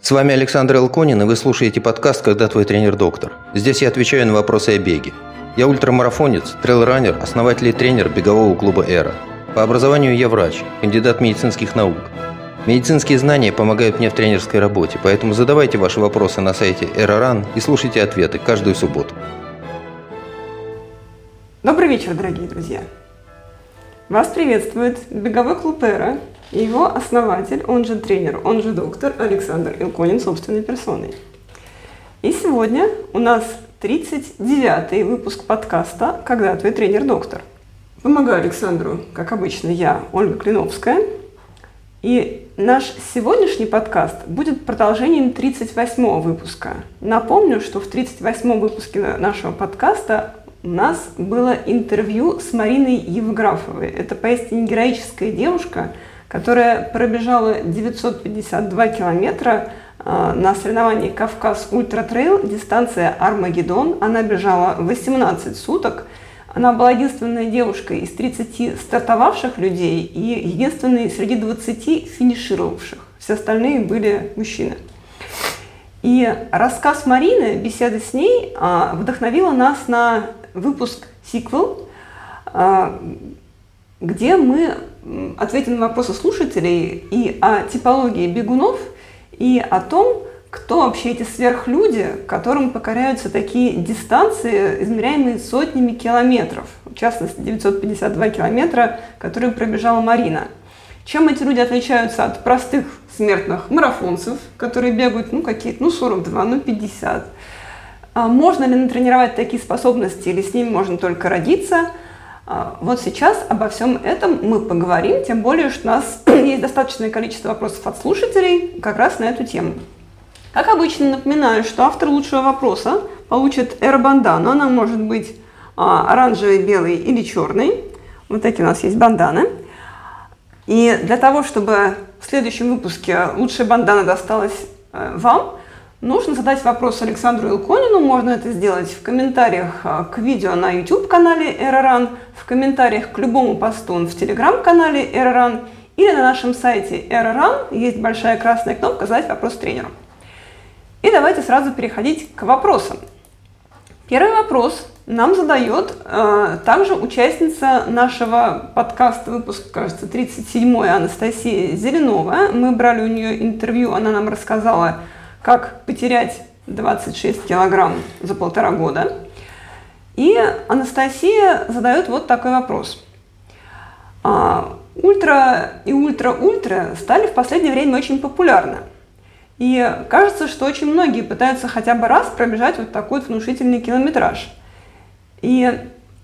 С вами Александр Илконин, и вы слушаете подкаст «Когда твой тренер доктор». Здесь я отвечаю на вопросы о беге. Я ультрамарафонец, трейл-раннер, основатель и тренер бегового клуба «Эра». По образованию я врач, кандидат медицинских наук. Медицинские знания помогают мне в тренерской работе, поэтому задавайте ваши вопросы на сайте ERA-RUN и слушайте ответы каждую субботу. Добрый вечер, дорогие друзья! Вас приветствует беговой клуб «Эра» и его основатель, он же тренер, он же доктор Александр Илконин собственной персоной. И сегодня у нас 39-й выпуск подкаста «Когда твой тренер доктор». Помогаю Александру, как обычно, я, Ольга Клиновская. И наш сегодняшний подкаст будет продолжением 38-го выпуска. Напомню, что в 38-м выпуске нашего подкаста у нас было интервью с Мариной Евграфовой. Это поистине героическая девушка, которая пробежала 952 километра на соревновании «Кавказ Ультра Трейл», дистанция «Армагеддон». Она бежала 18 суток. Она была единственной девушкой из 30 стартовавших людей и единственной среди 20 финишировавших. Все остальные были мужчины. И рассказ Марины, беседа с ней, вдохновила нас на выпуск «Сиквел», где мы ответим на вопросы слушателей и о типологии бегунов, и о том, кто вообще эти сверхлюди, которым покоряются такие дистанции, измеряемые сотнями километров. В частности, 952 километра, которые пробежала Марина. Чем эти люди отличаются от простых смертных марафонцев, которые бегают, какие-то, 42, 50. Можно ли натренировать такие способности, или с ними можно только родиться? Вот сейчас обо всем этом мы поговорим, тем более, что у нас есть достаточное количество вопросов от слушателей как раз на эту тему. Как обычно, напоминаю, что автор лучшего вопроса получит эра-бандану. Она может быть оранжевой, белой или черной. Вот такие у нас есть банданы. И для того, чтобы в следующем выпуске лучшая бандана досталась вам, нужно задать вопрос Александру Илконину. Можно это сделать в комментариях к видео на YouTube-канале ERA-RUN, в комментариях к любому посту в Telegram-канале ERA-RUN или на нашем сайте ERA-RUN есть большая красная кнопка «Задать вопрос тренеру». И давайте сразу переходить к вопросам. Первый вопрос нам задает также участница нашего подкаста, выпуск, кажется, 37-й, Анастасия Зеленова. Мы брали у нее интервью, она нам рассказала, как потерять 26 килограмм за 1,5 года. И Анастасия задает вот такой вопрос. Ультра и ультра-ультра стали в последнее время очень популярны. И кажется, что очень многие пытаются хотя бы раз пробежать вот такой внушительный километраж. И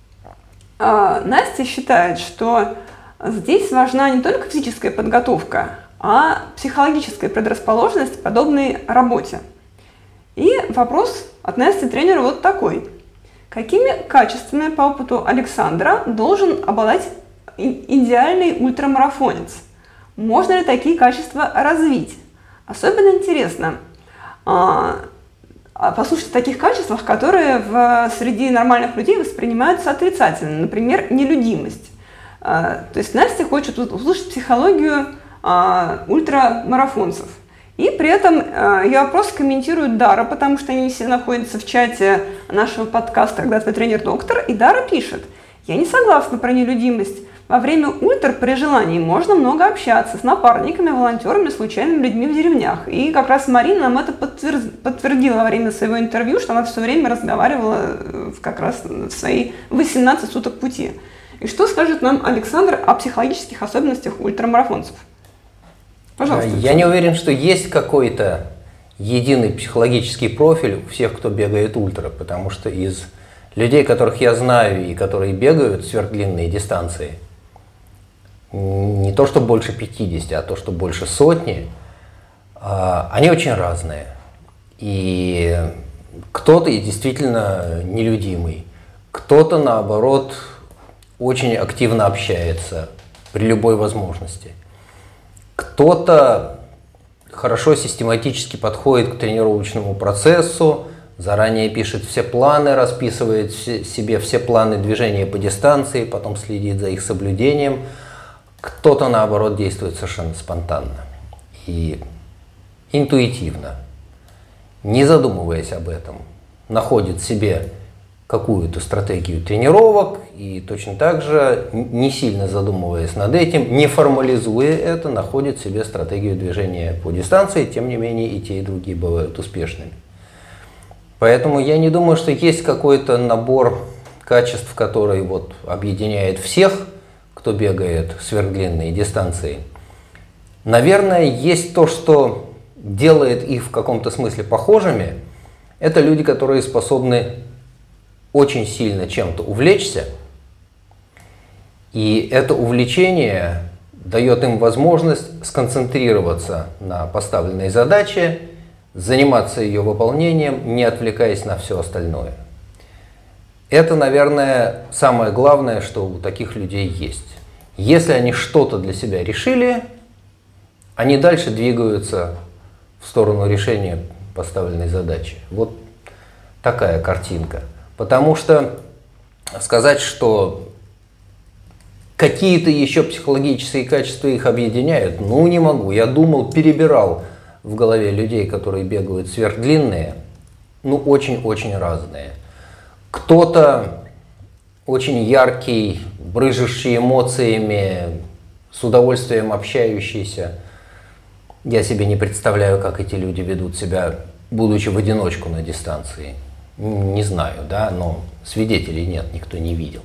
Настя считает, что здесь важна не только физическая подготовка, а психологическая предрасположенность к подобной работе. И вопрос от Насти тренеру вот такой. Какими качествами по опыту Александра должен обладать идеальный ультрамарафонец? Можно ли такие качества развить? Особенно интересно послушать о таких качествах, которые среди нормальных людей воспринимаются отрицательно. Например, нелюдимость. То есть Настя хочет услышать психологию ультрамарафонцев. И при этом ее вопрос комментирует Дара, потому что они все находятся в чате нашего подкаста «Когда твой тренер доктор», и Дара пишет: «Я не согласна про нелюдимость. Во время ультр при желании можно много общаться с напарниками, волонтерами, случайными людьми в деревнях». И как раз Марина нам это подтвердила во время своего интервью, что она все время разговаривала как раз в свои 18 суток пути. И что скажет нам Александр о психологических особенностях ультрамарафонцев? Пожалуйста. Я не уверен, что есть какой-то единый психологический профиль у всех, кто бегает ультра, потому что из людей, которых я знаю и которые бегают сверхдлинные дистанции, не то что больше 50, а то что больше сотни, они очень разные. И кто-то действительно нелюдимый, кто-то, наоборот, очень активно общается при любой возможности. Кто-то хорошо систематически подходит к тренировочному процессу, заранее пишет все планы, расписывает себе все планы движения по дистанции, потом следит за их соблюдением. Кто-то, наоборот, действует совершенно спонтанно. И интуитивно, не задумываясь об этом, находит себе какую-то стратегию тренировок и точно так же, не сильно задумываясь над этим, не формализуя это, находит себе стратегию движения по дистанции, тем не менее и те, и другие бывают успешными. Поэтому я не думаю, что есть какой-то набор качеств, который вот объединяет всех, кто бегает сверхдлинные дистанции. Наверное, есть то, что делает их в каком-то смысле похожими. Это люди, которые способны очень сильно чем-то увлечься, и это увлечение дает им возможность сконцентрироваться на поставленной задаче, заниматься ее выполнением, не отвлекаясь на все остальное. Это, наверное, самое главное, что у таких людей есть. Если они что-то для себя решили, они дальше двигаются в сторону решения поставленной задачи. Вот такая картинка. Потому что сказать, что какие-то еще психологические качества их объединяют, ну не могу. Я думал, перебирал в голове людей, которые бегают сверхдлинные, ну очень-очень разные. Кто-то очень яркий, брыжущий эмоциями, с удовольствием общающийся. Я себе не представляю, как эти люди ведут себя, будучи в одиночку на дистанции. Не знаю, да, но свидетелей нет, никто не видел.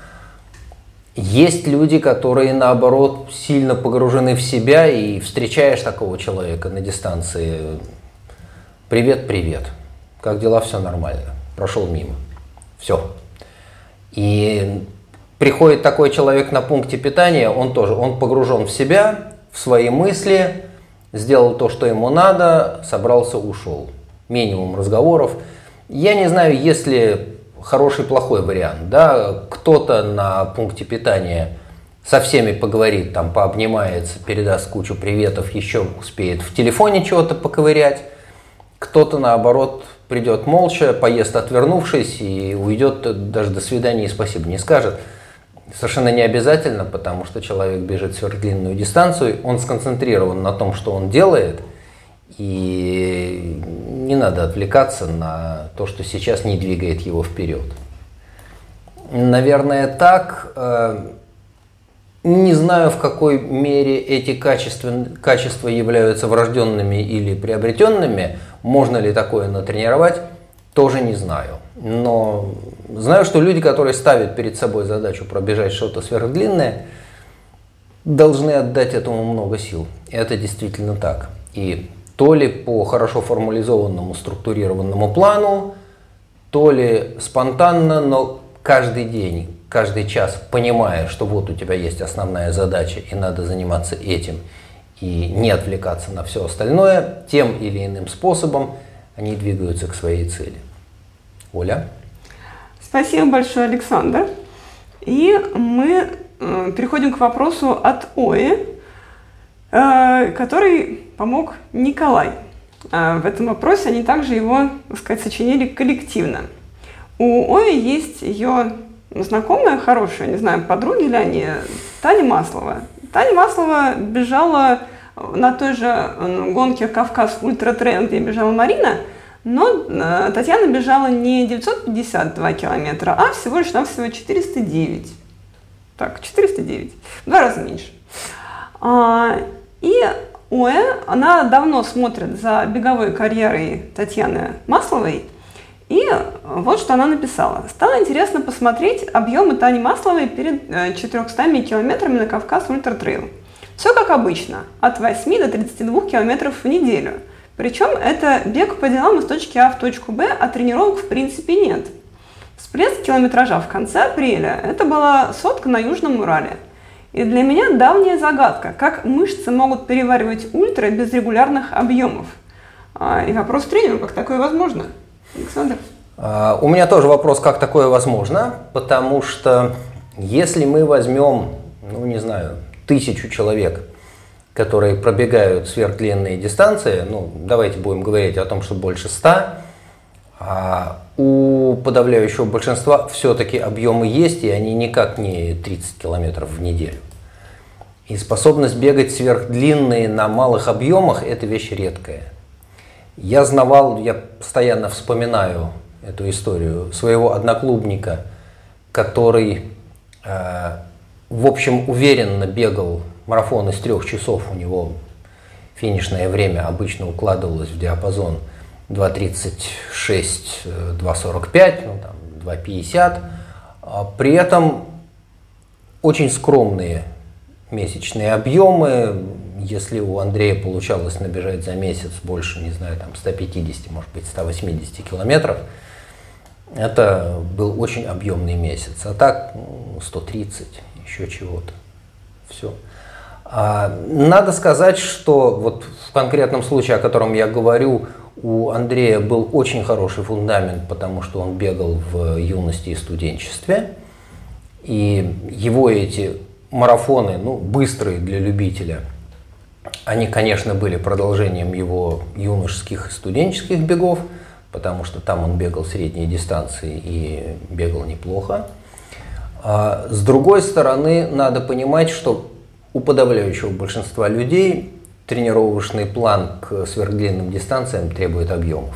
Есть люди, которые, наоборот, сильно погружены в себя, и встречаешь такого человека на дистанции. Привет, привет. Как дела? Все нормально. Прошел мимо. Все. И приходит такой человек на пункте питания, он погружен в себя, в свои мысли, сделал то, что ему надо, собрался, ушел. Минимум разговоров. Я не знаю, есть ли хороший, плохой вариант. Да? Кто-то на пункте питания со всеми поговорит, там, пообнимается, передаст кучу приветов, еще успеет в телефоне чего-то поковырять. Кто-то, наоборот, придет молча, поест отвернувшись и уйдет, даже до свидания и спасибо не скажет. Совершенно не обязательно, потому что человек бежит сверхдлинную дистанцию, он сконцентрирован на том, что он делает, и не надо отвлекаться на то, что сейчас не двигает его вперед. Наверное, так. Не знаю, в какой мере эти качества являются врожденными или приобретенными. Можно ли такое натренировать, тоже не знаю. Но знаю, что люди, которые ставят перед собой задачу пробежать что-то сверхдлинное, должны отдать этому много сил. Это действительно так. И то ли по хорошо формализованному, структурированному плану, то ли спонтанно, но каждый день, каждый час, понимая, что вот у тебя есть основная задача и надо заниматься этим, и не отвлекаться на все остальное, тем или иным способом они двигаются к своей цели. Оля? Спасибо большое, Александр. И мы переходим к вопросу от Ои, который помог Николай. В этом вопросе они также его, так сказать, сочинили коллективно. У Ои есть ее знакомая, хорошая, не знаю, подруги ли они, Таня Маслова. Таня Маслова бежала на той же гонке «Кавказ Ультра Трейл», где бежала Марина, но Татьяна бежала не 952 километра, а всего лишь навсего 409. Так, 409. В 2 раза меньше. И Оя, она давно смотрит за беговой карьерой Татьяны Масловой, и вот что она написала. Стало интересно посмотреть объемы Тани Масловой перед 400 километрами на Кавказ Ультра Трейл. Все как обычно, от 8 до 32 километров в неделю. Причем это бег по делам из точки А в точку Б, а тренировок в принципе нет. Всплеск километража в конце апреля – это была сотка на Южном Урале. И для меня давняя загадка, как мышцы могут переваривать ультра без регулярных объемов. И вопрос тренеру, как такое возможно? Александр? У меня тоже вопрос, как такое возможно, потому что если мы возьмем, ну не знаю, 1000 человек, которые пробегают сверхдлинные дистанции, ну давайте будем говорить о том, что больше 100, у подавляющего большинства все-таки объемы есть, и они никак не 30 километров в неделю. И способность бегать сверхдлинные на малых объемах – это вещь редкая. Я знавал, я постоянно вспоминаю эту историю своего одноклубника, который, в общем, уверенно бегал марафон из 3 часов. У него финишное время обычно укладывалось в диапазон 2:36, 2:45, ну, там, 2:50. При этом очень скромные месячные объемы. Если у Андрея получалось набежать за месяц больше, не знаю, там 150, может быть, 180 километров, это был очень объемный месяц. А так 130, еще чего-то. Все. Надо сказать, что вот в конкретном случае, о котором я говорю, у Андрея был очень хороший фундамент, потому что он бегал в юности и студенчестве. И его эти марафоны, ну, быстрые для любителя, они, конечно, были продолжением его юношеских и студенческих бегов, потому что там он бегал средние дистанции и бегал неплохо. С другой стороны, надо понимать, что у подавляющего большинства людей тренировочный план к сверхдлинным дистанциям требует объемов.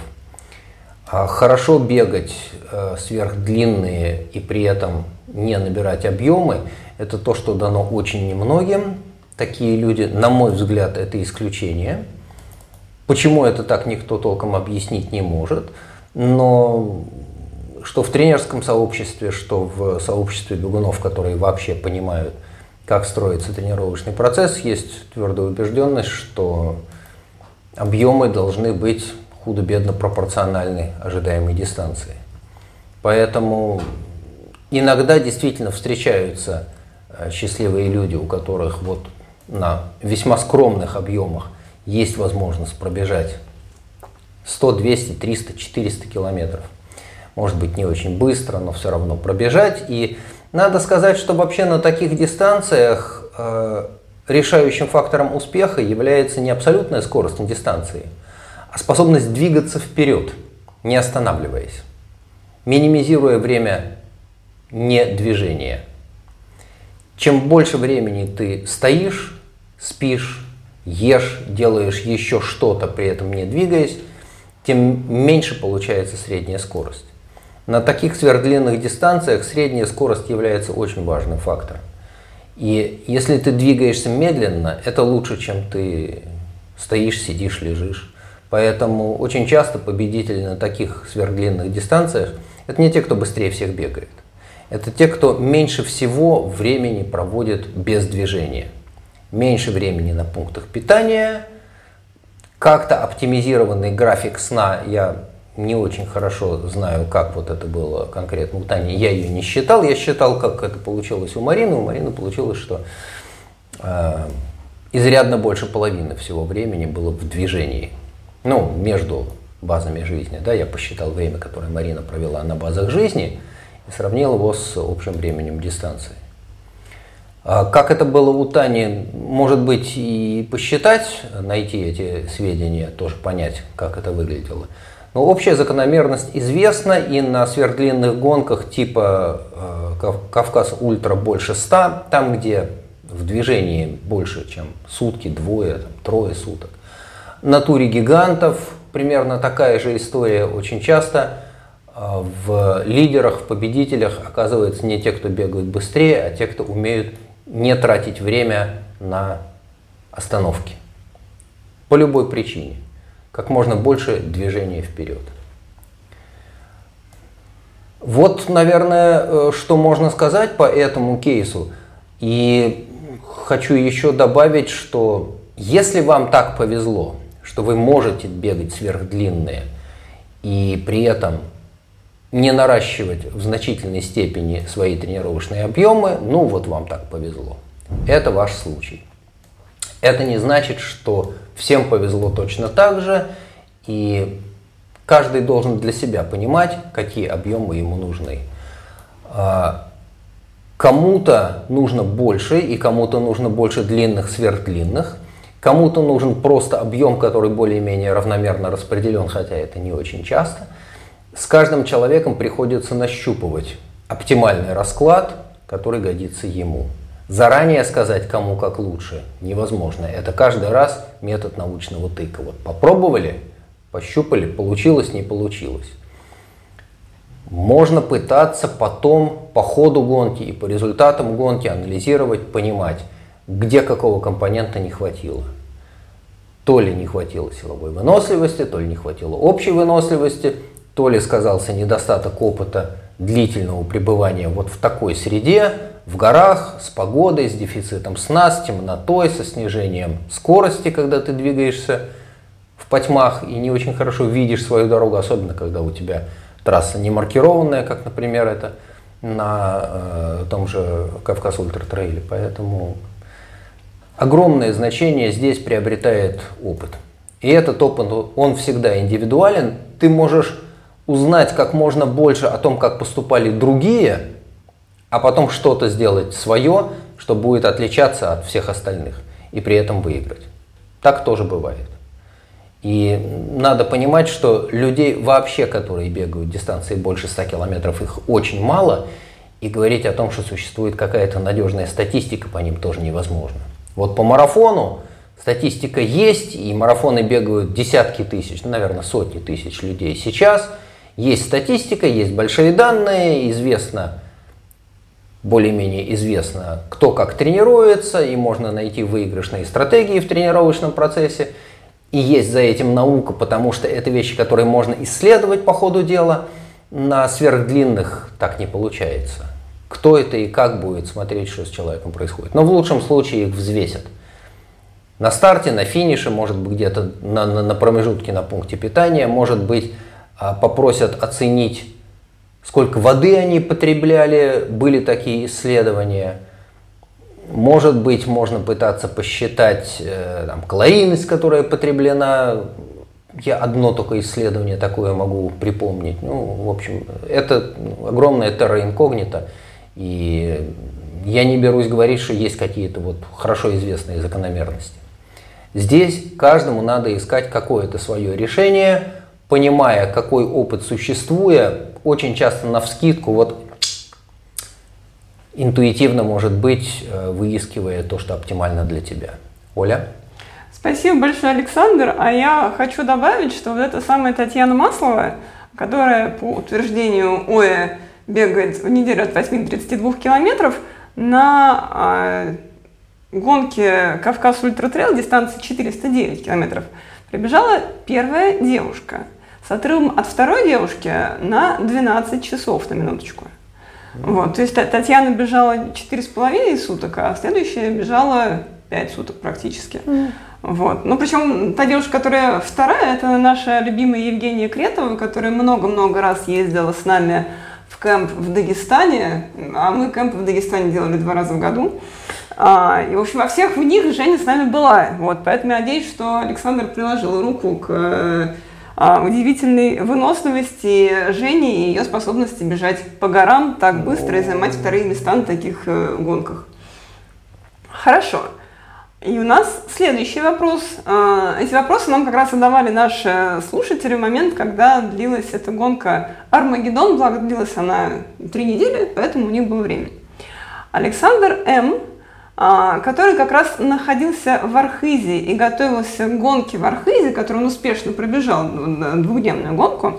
Хорошо бегать сверхдлинные и при этом не набирать объемы – это то, что дано очень немногим. Такие люди, на мой взгляд, это исключение. Почему это так, никто толком объяснить не может. Но что в тренерском сообществе, что в сообществе бегунов, которые вообще понимают, как строится тренировочный процесс, есть твердая убежденность, что объемы должны быть худо-бедно пропорциональны ожидаемой дистанции. Поэтому иногда действительно встречаются счастливые люди, у которых вот на весьма скромных объемах есть возможность пробежать 100, 200, 300, 400 километров. Может быть, не очень быстро, но все равно пробежать. И надо сказать, что вообще на таких дистанциях решающим фактором успеха является не абсолютная скорость на дистанции, а способность двигаться вперед, не останавливаясь, минимизируя время недвижения. Чем больше времени ты стоишь, спишь, ешь, делаешь еще что-то, при этом не двигаясь, тем меньше получается средняя скорость. На таких сверхдлинных дистанциях средняя скорость является очень важным фактором. И если ты двигаешься медленно, это лучше, чем ты стоишь, сидишь, лежишь. Поэтому очень часто победители на таких сверхдлинных дистанциях – это не те, кто быстрее всех бегает. Это те, кто меньше всего времени проводит без движения. Меньше времени на пунктах питания, как-то оптимизированный график сна. Я не очень хорошо знаю, как вот это было конкретно у Тани. Я ее не считал. Я считал, как это получилось у Марины. У Марины получилось, что изрядно больше половины всего времени было в движении. Ну, между базами жизни. Да, я посчитал время, которое Марина провела на базах жизни, и сравнил его с общим временем дистанции. Как это было у Тани, может быть, и посчитать, найти эти сведения, тоже понять, как это выглядело. Но общая закономерность известна, и на сверхдлинных гонках типа Кавказ Ультра больше 100, там, где в движении больше, чем сутки, двое, трое суток. На туре гигантов примерно такая же история. Очень часто в лидерах, в победителях оказывается не те, кто бегают быстрее, а те, кто умеют не тратить время на остановки. По любой причине. Как можно больше движения вперед. Вот, наверное, что можно сказать по этому кейсу. И хочу еще добавить, что если вам так повезло, что вы можете бегать сверхдлинные и при этом не наращивать в значительной степени свои тренировочные объемы, ну вот вам так повезло. Это ваш случай. Это не значит, что всем повезло точно так же, и каждый должен для себя понимать, какие объемы ему нужны. Кому-то нужно больше, и кому-то нужно больше длинных, сверхдлинных. Кому-то нужен просто объем, который более-менее равномерно распределен, хотя это не очень часто. С каждым человеком приходится нащупывать оптимальный расклад, который годится ему. Заранее сказать, кому как лучше, невозможно. Это каждый раз метод научного тыка. Вот попробовали, Пощупали, получилось, не получилось. Можно пытаться потом по ходу гонки и по результатам гонки анализировать, понимать, где какого компонента не хватило. То ли не хватило силовой выносливости, то ли не хватило общей выносливости, то ли сказался недостаток опыта длительного пребывания вот в такой среде, в горах, с погодой, с дефицитом сна, с темнотой, со снижением скорости, когда ты двигаешься в потьмах и не очень хорошо видишь свою дорогу, особенно когда у тебя трасса не маркированная, как, например, это на том же Кавказ Ультра Трейле. Поэтому огромное значение здесь приобретает опыт. И этот опыт, он всегда индивидуален. Ты можешь узнать как можно больше о том, как поступали другие, а потом что-то сделать свое, что будет отличаться от всех остальных, и при этом выиграть. Так тоже бывает. И надо понимать, что людей вообще, которые бегают дистанции больше 100 километров, их очень мало, и говорить о том, что существует какая-то надежная статистика, по ним тоже невозможно. Вот по марафону статистика есть, и марафоны бегают десятки тысяч, наверное, сотни тысяч людей сейчас. Есть статистика, есть большие данные, известно, более-менее известно, кто как тренируется, и можно найти выигрышные стратегии в тренировочном процессе. И есть за этим наука, потому что это вещи, которые можно исследовать по ходу дела. На сверхдлинных так не получается. Кто это и как будет смотреть, что с человеком происходит. Но в лучшем случае их взвесят. На старте, на финише, может быть где-то на промежутке на пункте питания, может быть попросят оценить, сколько воды они потребляли, были такие исследования. Может быть, можно пытаться посчитать калорийность, которая потреблена. Я одно только исследование такое могу припомнить. В общем, это огромная терра инкогнита. И я не берусь говорить, что есть какие-то хорошо известные закономерности. Здесь каждому надо искать какое-то свое решение, понимая, какой опыт существует, очень часто навскидку, интуитивно, может быть, выискивая то, что оптимально для тебя. Оля? Спасибо большое, Александр. А я хочу добавить, что вот эта самая Татьяна Маслова, которая по утверждению ОЭ бегает в неделю от 8 до 32 километров, на гонке Кавказ Ультра Трейл дистанции 409 километров прибежала первая девушка с отрывом от второй девушки на 12 часов, на минуточку. То есть Татьяна бежала 4,5 суток, а следующая бежала 5 суток практически. Причем та девушка, которая вторая, это наша любимая Евгения Кретова, которая много-много раз ездила с нами в кемп в Дагестане, а мы кемпы в Дагестане делали 2 раза в году. И, в общем, во всех в них Женя с нами была. Поэтому я надеюсь, что Александр приложил руку к удивительной выносливости Жени и ее способности бежать по горам так быстро и занимать вторые места на таких гонках. Хорошо. И у нас следующий вопрос. Эти вопросы нам как раз задавали наши слушатели в момент, когда длилась эта гонка Армагеддон. Благо, длилась она 3 недели, поэтому у них было время. Александр М., который как раз находился в Архизе и готовился к гонке в Архизе, которую он успешно пробежал, 2-дневную гонку,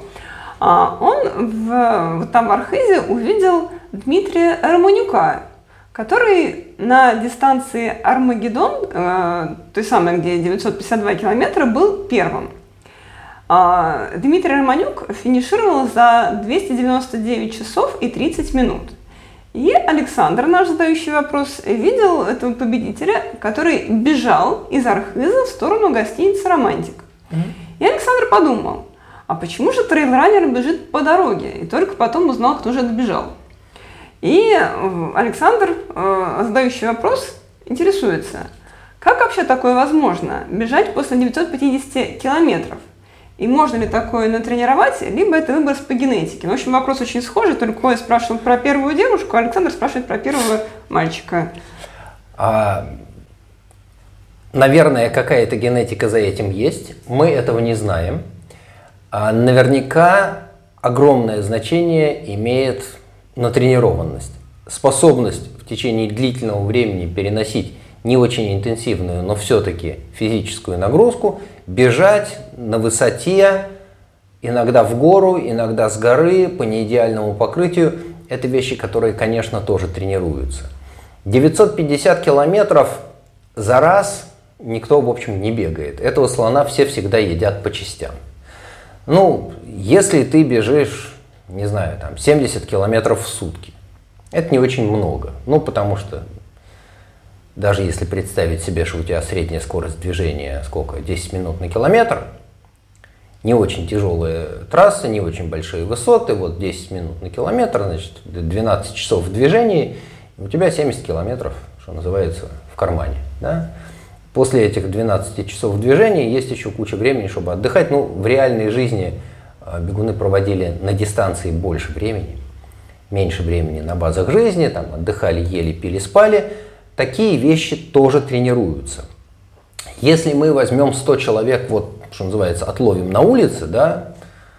он там в Архизе увидел Дмитрия Романюка, который на дистанции Армагеддон, той самой, где 952 километра, был первым. Дмитрий Романюк финишировал за 299 часов и 30 минут. И Александр, наш задающий вопрос, видел этого победителя, который бежал из Архиза в сторону гостиницы «Романтик». И Александр подумал, а почему же трейлранер бежит по дороге? И только потом узнал, кто же добежал. И Александр, задающий вопрос, интересуется, как вообще такое возможно, бежать после 950 километров? И можно ли такое натренировать, либо это выброс по генетике? В общем, вопрос очень схожий, только я спрашивал про первую девушку, а Александр спрашивает про первого мальчика. Наверное, какая-то генетика за этим есть, мы этого не знаем. Наверняка огромное значение имеет натренированность, способность в течение длительного времени переносить не очень интенсивную, но все-таки физическую нагрузку. бежать на высоте, иногда в гору, иногда с горы, по неидеальному покрытию. Это вещи, которые, конечно, тоже тренируются. 950 километров за раз никто, в общем, не бегает. Этого слона все всегда едят по частям. Ну, если ты бежишь, не знаю, там 70 километров в сутки, это не очень много. Ну, потому что даже если представить себе, что у тебя средняя скорость движения, сколько, 10 минут на километр, не очень тяжелые трассы, не очень большие высоты, вот 10 минут на километр, значит, 12 часов в движении, у тебя 70 километров, что называется, в кармане. Да? После этих 12 часов движения есть еще куча времени, чтобы отдыхать. Ну, в реальной жизни бегуны проводили на дистанции больше времени, меньше времени на базах жизни, там отдыхали, ели, пили, спали. Такие вещи тоже тренируются. Если мы возьмем 100 человек, вот, что называется, отловим на улице, да,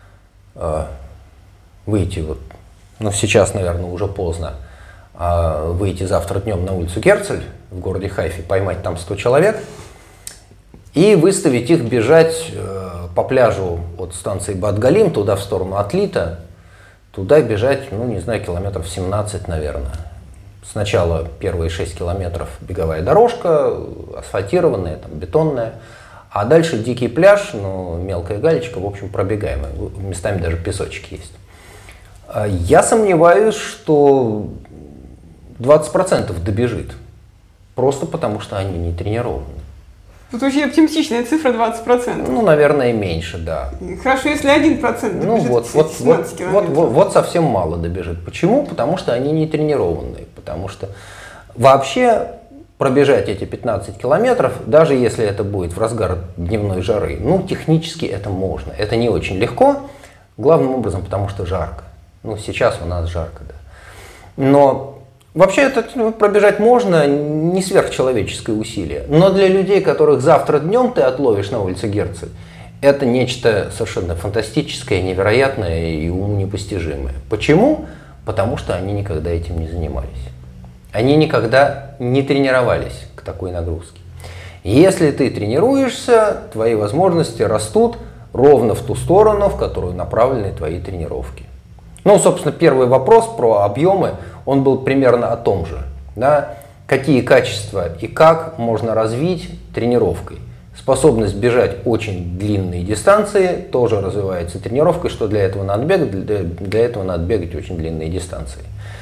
выйти вот, ну сейчас, наверное, уже поздно, выйти завтра днем на улицу Герцель в городе Хайфе, поймать там 100 человек и выставить их бежать по пляжу от станции Бат-Галим туда в сторону Атлита, туда бежать, ну не знаю, километров 17, наверное. Сначала первые 6 километров беговая дорожка, асфальтированная, там, бетонная, а дальше дикий пляж, ну, мелкая галечка, в общем, пробегаемая, местами даже песочек есть. Я сомневаюсь, что 20% добежит, просто потому что они не тренированы. Тут очень оптимистичная цифра 20%. Ну, наверное, меньше, да. Хорошо, если 1% добежит, ну, вот совсем мало добежит. Почему? Потому что они не тренированные. Потому что вообще пробежать эти 15 километров, даже если это будет в разгар дневной жары, ну, технически это можно. Это не очень легко, главным образом, потому что жарко. Ну, сейчас у нас жарко, да. Но вообще это пробежать можно, не сверхчеловеческое усилие. Но для людей, которых завтра днем ты отловишь на улице Герцель, это нечто совершенно фантастическое, невероятное и уму непостижимое. Почему? Потому что они никогда этим не занимались. Они никогда не тренировались к такой нагрузке. Если ты тренируешься, твои возможности растут ровно в ту сторону, в которую направлены твои тренировки. Ну, собственно, первый вопрос про объемы, он был примерно о том же. Да? Какие качества и как можно развить тренировкой? Способность бежать очень длинные дистанции тоже развивается тренировкой. Что для этого надо бегать? Для этого надо бегать очень длинные дистанции.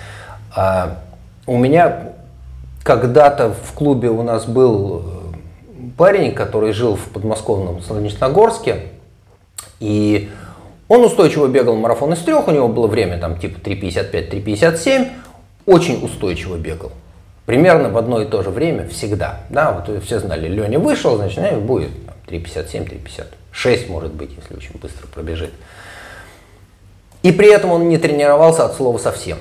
У меня когда-то в клубе у нас был парень, который жил в подмосковном Солнечногорске, и он устойчиво бегал марафон из 3, у него было время там типа 3:55-3:57, очень устойчиво бегал. Примерно в одно и то же время всегда. Да, вот все знали, Леня вышел, значит, будет 3:57-3:56, может быть, если очень быстро пробежит. И при этом он не тренировался от слова совсем.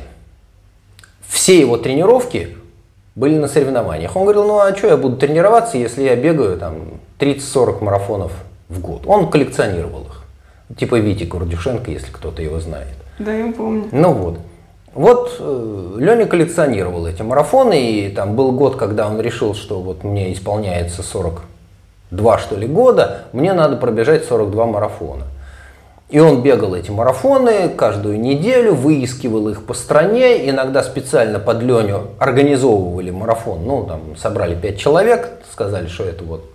Все его тренировки были на соревнованиях. Он говорил, ну а что я буду тренироваться, если я бегаю там 30-40 марафонов в год. Он коллекционировал их. Типа Вити Курдюшенко, если кто-то его знает. Да, я помню. Ну вот. Вот Леня коллекционировал эти марафоны, и там был год, когда он решил, что вот мне исполняется 42, что ли, года, мне надо пробежать 42 марафона. И он бегал эти марафоны каждую неделю, выискивал их по стране, иногда специально под Леню организовывали марафон. Ну, там собрали 5 человек, сказали, что это вот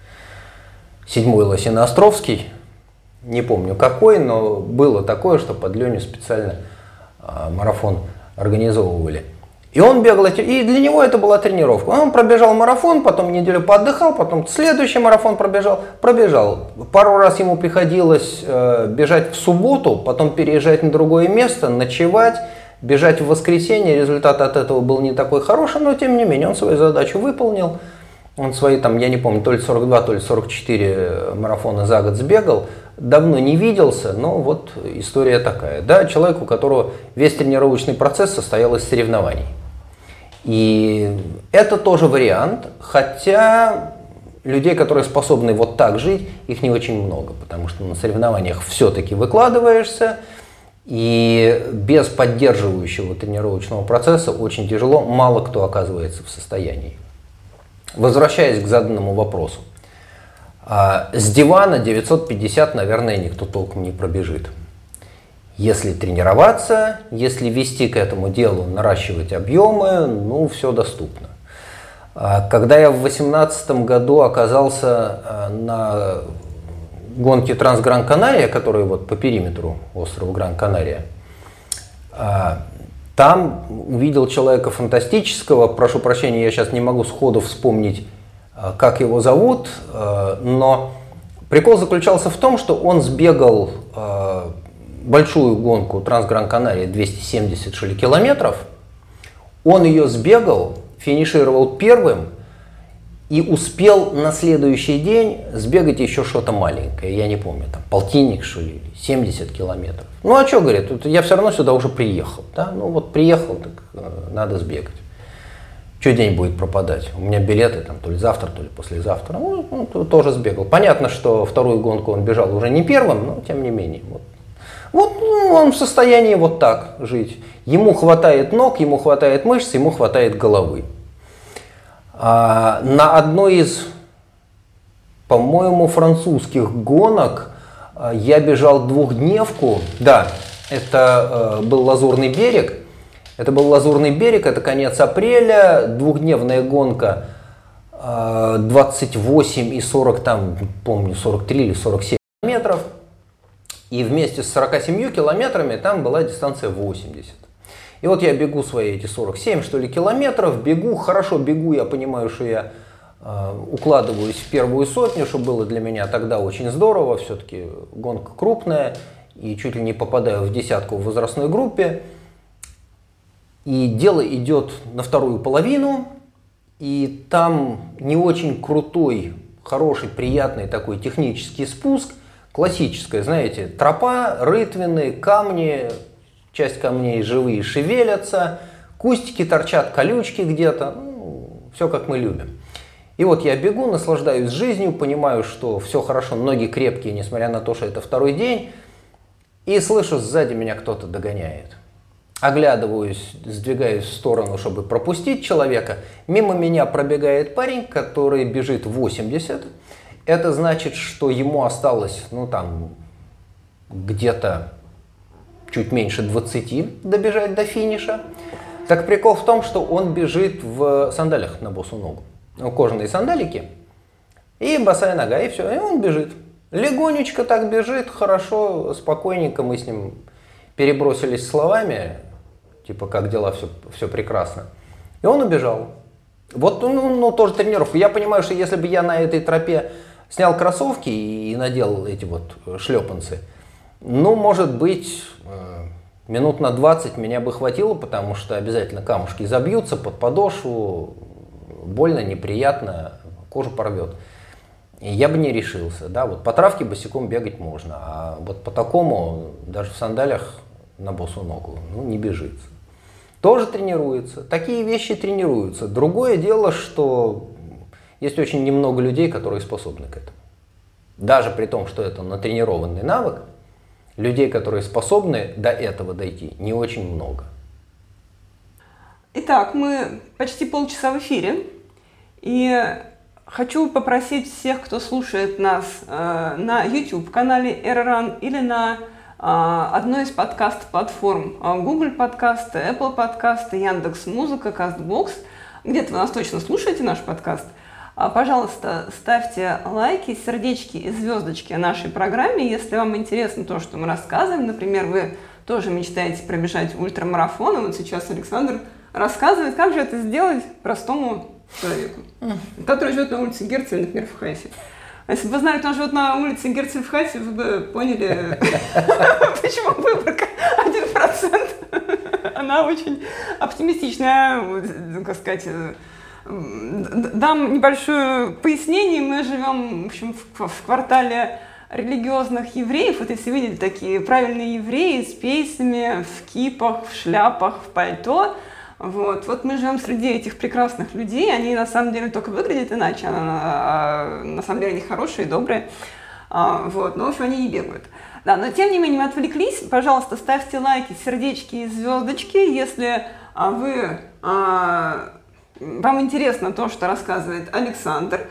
7-й Лосиноостровский, не помню какой, но было такое, что под Леню специально марафон организовывали. И он бегал, и для него это была тренировка. Он пробежал марафон, потом неделю поотдыхал, потом следующий марафон пробежал. Пару раз ему приходилось бежать в субботу, потом переезжать на другое место, ночевать, бежать в воскресенье. Результат от этого был не такой хороший, но тем не менее он свою задачу выполнил. Он свои, там, я не помню, то ли 42, то ли 44 марафона за год сбегал. Давно не виделся, но вот история такая. Да, человек, у которого весь тренировочный процесс состоял из соревнований. И это тоже вариант, хотя людей, которые способны вот так жить, их не очень много, потому что на соревнованиях все-таки выкладываешься, и без поддерживающего тренировочного процесса очень тяжело, мало кто оказывается в состоянии. Возвращаясь к заданному вопросу. С дивана 950, наверное, никто толком не пробежит. Если тренироваться, если вести к этому делу, наращивать объемы, ну, все доступно. Когда я в 2018 году оказался на гонке Транс-Гран-Канария, которая вот по периметру острова Гран-Канария, там увидел человека фантастического. Прошу прощения, я сейчас не могу сходу вспомнить, как его зовут, но прикол заключался в том, что он сбегал большую гонку Транс-Гран-Канария, 270 что ли километров. Он ее сбегал, финишировал первым и успел на следующий день сбегать еще что-то маленькое, я не помню, там полтинник что ли, 70 километров. Ну а что, говорит, я все равно сюда уже приехал, да? Ну вот приехал, так надо сбегать. Что день будет пропадать? У меня билеты там то ли завтра, то ли послезавтра. Ну, тоже сбегал. Понятно, что вторую гонку он бежал уже не первым, но тем не менее. Вот он в состоянии вот так жить. Ему хватает ног, ему хватает мышц, ему хватает головы. На одной из, по-моему, французских гонок я бежал двухдневку. Да, это был Лазурный берег. Это конец апреля, двухдневная гонка 28 и 40, там, помню, 43 или 47 километров. И вместе с 47 километрами там была дистанция 80. И вот я бегу свои эти 47, что ли, километров, бегу, хорошо бегу, я понимаю, что я укладываюсь в первую сотню, что было для меня тогда очень здорово, все-таки гонка крупная, и чуть ли не попадаю в десятку в возрастной группе. И дело идет на вторую половину, и там не очень крутой, хороший, приятный такой технический спуск, классическая, знаете, тропа, рытвины, камни, часть камней живые шевелятся, кустики торчат, колючки где-то, ну, все как мы любим. И вот я бегу, наслаждаюсь жизнью, понимаю, что все хорошо, ноги крепкие, несмотря на то, что это второй день, и слышу, сзади меня кто-то догоняет. Оглядываюсь, сдвигаюсь в сторону, чтобы пропустить человека. Мимо меня пробегает парень, который бежит 80. Это значит, что ему осталось, ну там, где-то чуть меньше 20 добежать до финиша. Так прикол в том, что он бежит в сандалях на босу ногу. Ну, кожаные сандалики и босая нога, и все, и он бежит. Легонечко так бежит, хорошо, спокойненько мы с ним перебросились словами, типа, как дела, все прекрасно. И он убежал. Вот, ну, тоже тренировка. Я понимаю, что если бы я на этой тропе снял кроссовки и надел эти вот шлепанцы, ну, может быть, минут на 20 меня бы хватило, потому что обязательно камушки забьются под подошву, больно, неприятно, кожу порвет. И я бы не решился. Да? Вот по травке босиком бегать можно, а вот по такому, даже в сандалях на босу ногу, ну, не бежится. Тоже тренируется. Такие вещи тренируются. Другое дело, что есть очень немного людей, которые способны к этому. Даже при том, что это натренированный навык, людей, которые способны до этого дойти, не очень много. Итак, мы почти полчаса в эфире. И хочу попросить всех, кто слушает нас на YouTube-канале AeroRun или на одной из подкаст-платформ Google подкасты, Apple подкасты, Яндекс.Музыка, Castbox, где-то вы нас точно слушаете, наш подкаст, пожалуйста, ставьте лайки, сердечки и звездочки нашей программе, если вам интересно то, что мы рассказываем. Например, вы тоже мечтаете пробежать ультрамарафон, и вот сейчас Александр рассказывает, как же это сделать простому человеку, который живет на улице Герцеля, например, в Хайфе. Если бы вы знали, кто живет на улице Герцель в Хайфе, вы бы поняли, почему выборка 1%. Она очень оптимистичная, как сказать. Дам небольшое пояснение. Мы живем, в общем, в квартале религиозных евреев. Вот если видели такие правильные евреи с пейсами, в кипах, в шляпах, в пальто. Вот мы живем среди этих прекрасных людей, они на самом деле только выглядят иначе, а на самом деле они хорошие, добрые, но в общем они не бегают. Да, но тем не менее мы отвлеклись, пожалуйста, ставьте лайки, сердечки и звездочки, если вам интересно то, что рассказывает Александр.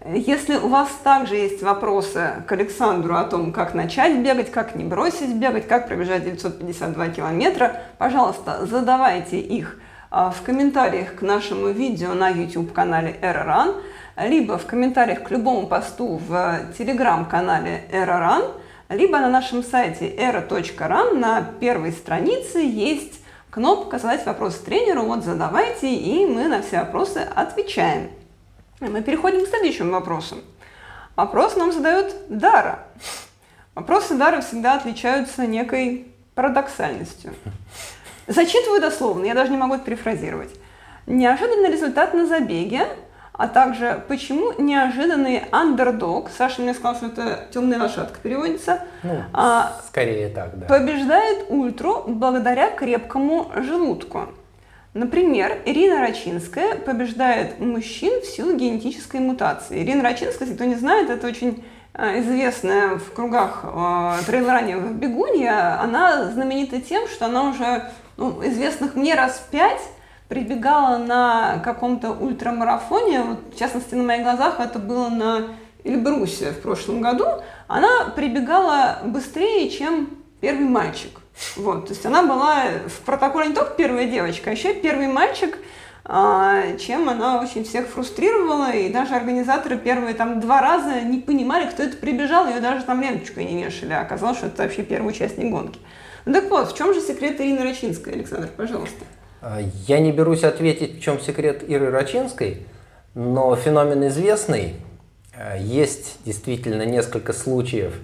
Если у вас также есть вопросы к Александру о том, как начать бегать, как не бросить бегать, как пробежать 952 километра, пожалуйста, задавайте их в комментариях к нашему видео на YouTube-канале ERA-RUN, либо в комментариях к любому посту в Telegram-канале ERA-RUN, либо на нашем сайте era.run на первой странице есть кнопка «Задать вопрос тренеру». Вот задавайте, и мы на все вопросы отвечаем. Мы переходим к следующему вопросу. Вопрос нам задает Дара. Вопросы Дары всегда отличаются некой парадоксальностью. Зачитываю дословно, я даже не могу это перефразировать. Неожиданный результат на забеге, а также почему неожиданный андердог, Саша мне сказал, что это темная лошадка переводится, скорее так, да. Побеждает ультру благодаря крепкому желудку. Например, Ирина Рачинская побеждает мужчин в силу генетической мутации. Ирина Рачинская, если кто не знает, это очень известная в кругах трейл-раннеров бегунья. Она знаменита тем, что она уже известных мне раз 5 прибегала на каком-то ультрамарафоне. Вот, в частности, на моих глазах это было на Эльбрусе в прошлом году. Она прибегала быстрее, чем первый мальчик. Вот, то есть она была в протоколе не только первая девочка, а еще и первый мальчик, чем она очень всех фрустрировала, и даже организаторы первые 2 раза не понимали, кто это прибежал, ее даже там ленточкой не вешали, а оказалось, что это вообще первый участник гонки. Ну так вот, в чем же секрет Ирины Рачинской, Александр, пожалуйста? Я не берусь ответить, в чем секрет Иры Рачинской, но феномен известный. Есть действительно несколько случаев,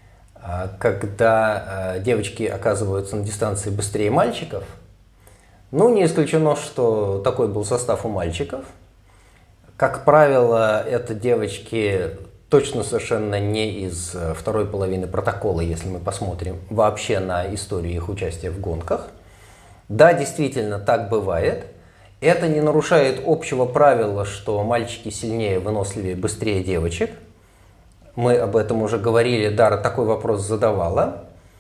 когда девочки оказываются на дистанции быстрее мальчиков. Ну, не исключено, что такой был состав у мальчиков. Как правило, это девочки точно совершенно не из второй половины протокола, если мы посмотрим вообще на историю их участия в гонках. Да, действительно, так бывает. Это не нарушает общего правила, что мальчики сильнее, выносливее, быстрее девочек. Мы об этом уже говорили, Дара такой вопрос задавала.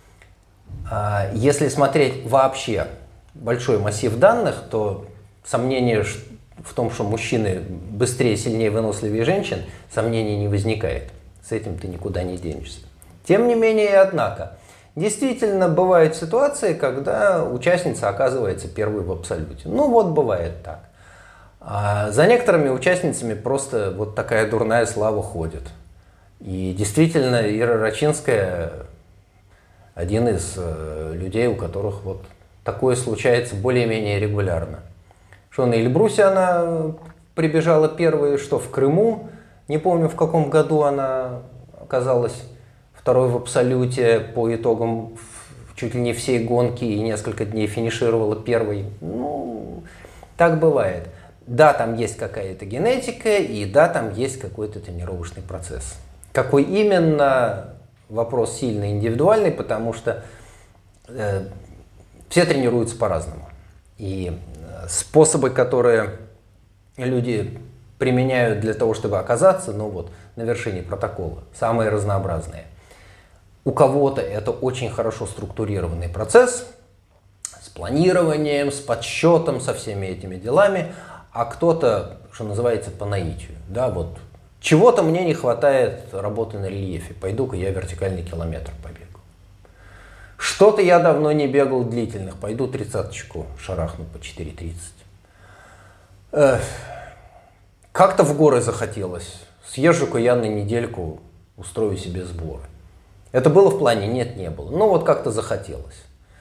Если смотреть вообще большой массив данных, то сомнение в том, что мужчины быстрее, сильнее, выносливее женщин, сомнений не возникает. С этим ты никуда не денешься. Тем не менее, однако, действительно бывают ситуации, когда участница оказывается первой в абсолюте. Ну вот бывает так. А за некоторыми участницами просто вот такая дурная слава ходит. И действительно, Ира Рачинская один из людей, у которых вот такое случается более-менее регулярно. Что на Эльбрусе она прибежала первой, что в Крыму, не помню в каком году она оказалась второй в абсолюте по итогам чуть ли не всей гонки и несколько дней финишировала первой. Ну, так бывает. Да, там есть какая-то генетика, и да, там есть какой-то тренировочный процесс. Какой именно, вопрос сильно индивидуальный, потому что все тренируются по-разному. И способы, которые люди применяют для того, чтобы оказаться на вершине протокола, самые разнообразные. У кого-то это очень хорошо структурированный процесс с планированием, с подсчетом, со всеми этими делами, а кто-то, что называется, по наитию. Да, вот чего-то мне не хватает работы на рельефе, пойду-ка я вертикальный километр побегу. Что-то я давно не бегал длительных, пойду 30-очку шарахну по 4:30. Как-то в горы захотелось, съезжу-ка я на недельку, устрою себе сборы. Это было в плане? Нет, не было. Ну вот как-то захотелось.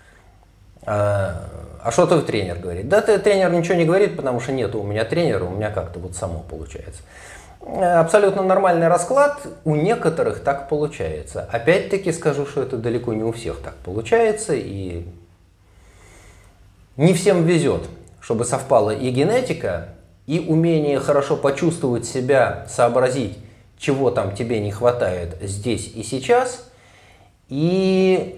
А что твой тренер говорит? Да, тренер ничего не говорит, потому что нет у меня тренера, у меня как-то вот само получается. Абсолютно нормальный расклад, у некоторых так получается. Опять-таки скажу, что это далеко не у всех так получается, и не всем везет, чтобы совпала и генетика, и умение хорошо почувствовать себя, сообразить, чего там тебе не хватает здесь и сейчас, и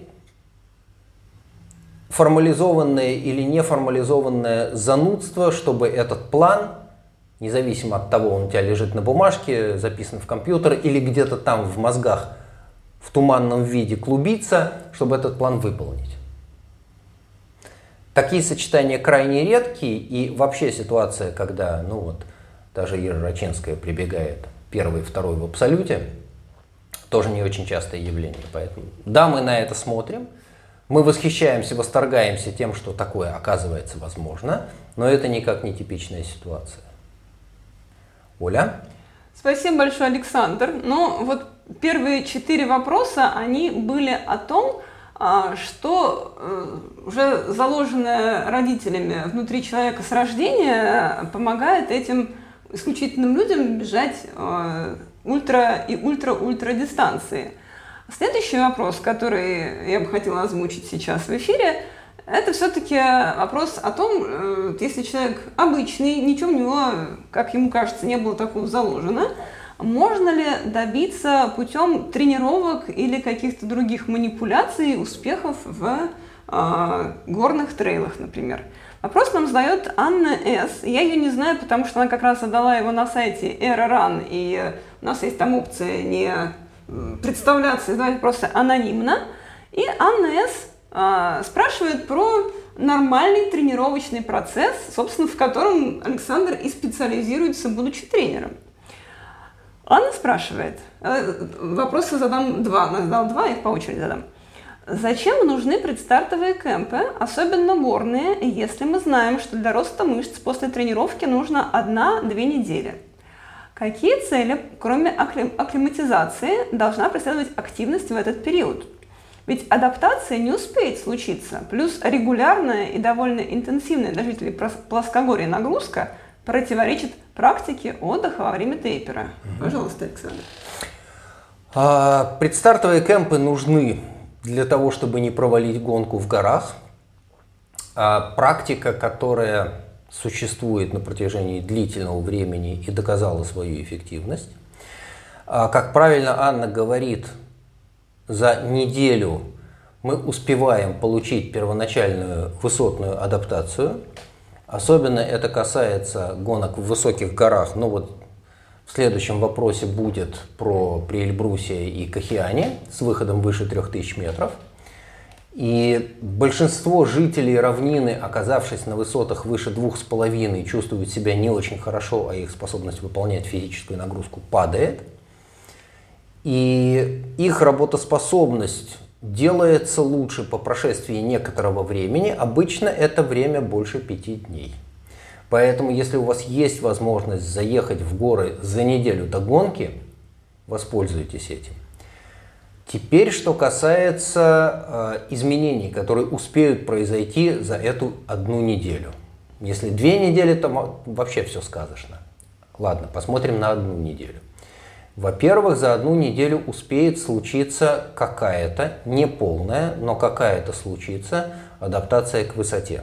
формализованное или неформализованное занудство, чтобы этот план, независимо от того, он у тебя лежит на бумажке, записан в компьютер или где-то там в мозгах в туманном виде клубится, чтобы этот план выполнить. Такие сочетания крайне редкие, и вообще ситуация, когда, даже Ира Рачинская прибегает первый, второй в абсолюте, тоже не очень частое явление. Поэтому да, мы на это смотрим, мы восхищаемся, восторгаемся тем, что такое оказывается возможно, но это никак не типичная ситуация. Оля? Спасибо большое, Александр. Ну, вот первые 4 вопроса, они были о том, что уже заложенное родителями внутри человека с рождения помогает этим исключительным людям бежать ультра дистанции. Следующий вопрос, который я бы хотела озвучить сейчас в эфире, это все-таки вопрос о том, если человек обычный, ничего у него, как ему кажется, не было такого заложено, можно ли добиться путем тренировок или каких-то других манипуляций успехов в горных трейлах, например? Вопрос нам задает Анна С. Я ее не знаю, потому что она как раз задала его на сайте ERA-RUN, и у нас есть там опция не представляться и задавать вопросы анонимно. И Анна С. Спрашивает про нормальный тренировочный процесс, собственно, в котором Александр и специализируется, будучи тренером. Анна спрашивает, вопросы задам два, она задала 2, я их по очереди задам. Зачем нужны предстартовые кемпы, особенно горные, если мы знаем, что для роста мышц после тренировки нужно 1-2 недели? Какие цели, кроме акклиматизации, должна преследовать активность в этот период? Ведь адаптация не успеет случиться, плюс регулярная и довольно интенсивная для жителей плоскогорья нагрузка противоречит практике отдыха во время тейпера. Пожалуйста, Александр. Предстартовые кемпы нужны для того, чтобы не провалить гонку в горах. Практика, которая существует на протяжении длительного времени и доказала свою эффективность. Как правильно Анна говорит, за неделю мы успеваем получить первоначальную высотную адаптацию. Особенно это касается гонок в высоких горах. Ну вот в следующем вопросе будет про Приэльбрусье и Кахиани с выходом выше 3000 метров. И большинство жителей равнины, оказавшись на высотах выше 2,5, чувствуют себя не очень хорошо, а их способность выполнять физическую нагрузку падает. И их работоспособность делается лучше по прошествии некоторого времени. Обычно это время больше 5 дней. Поэтому, если у вас есть возможность заехать в горы за неделю до гонки, воспользуйтесь этим. Теперь, что касается изменений, которые успеют произойти за эту 1 неделю. Если 2 недели, то вообще все сказочно. Ладно, посмотрим на 1 неделю. Во-первых, за 1 неделю успеет случиться какая-то, не полная, но какая-то случится адаптация к высоте.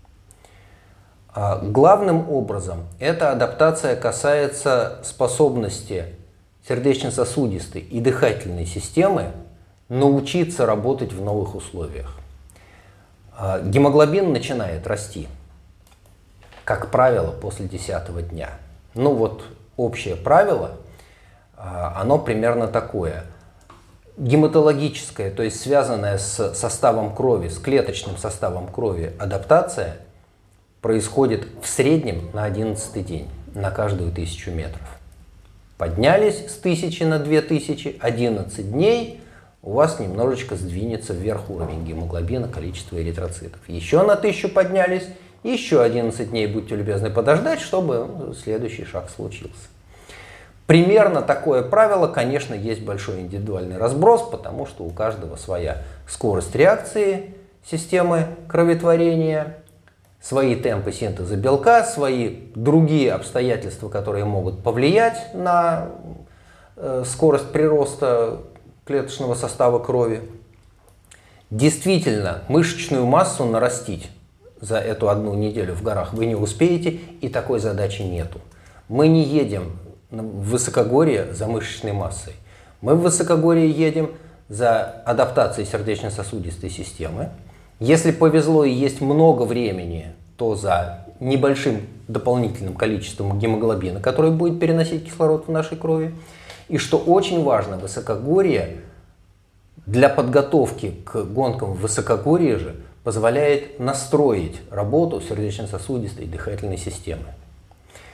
Главным образом эта адаптация касается способности сердечно-сосудистой и дыхательной системы научиться работать в новых условиях. Гемоглобин начинает расти, как правило, после 10-го дня. Ну вот общее правило, оно примерно такое. Гематологическая, то есть связанная с составом крови, с клеточным составом крови адаптация происходит в среднем на 11-й день, на каждую 1000 метров. Поднялись с 1000 на 2000, 11 дней, у вас немножечко сдвинется вверх уровень гемоглобина, количество эритроцитов. Еще на 1000 поднялись, еще 11 дней будьте любезны подождать, чтобы следующий шаг случился. Примерно такое правило, конечно, есть большой индивидуальный разброс, потому что у каждого своя скорость реакции системы кроветворения, свои темпы синтеза белка, свои другие обстоятельства, которые могут повлиять на скорость прироста клеточного состава крови. Действительно, мышечную массу нарастить за эту 1 неделю в горах вы не успеете, и такой задачи нету. Мы не едем в высокогорье за мышечной массой. Мы в высокогорье едем за адаптацией сердечно-сосудистой системы. Если повезло и есть много времени, то за небольшим дополнительным количеством гемоглобина, который будет переносить кислород в нашей крови. И что очень важно, высокогорье для подготовки к гонкам в высокогорье же позволяет настроить работу сердечно-сосудистой и дыхательной системы.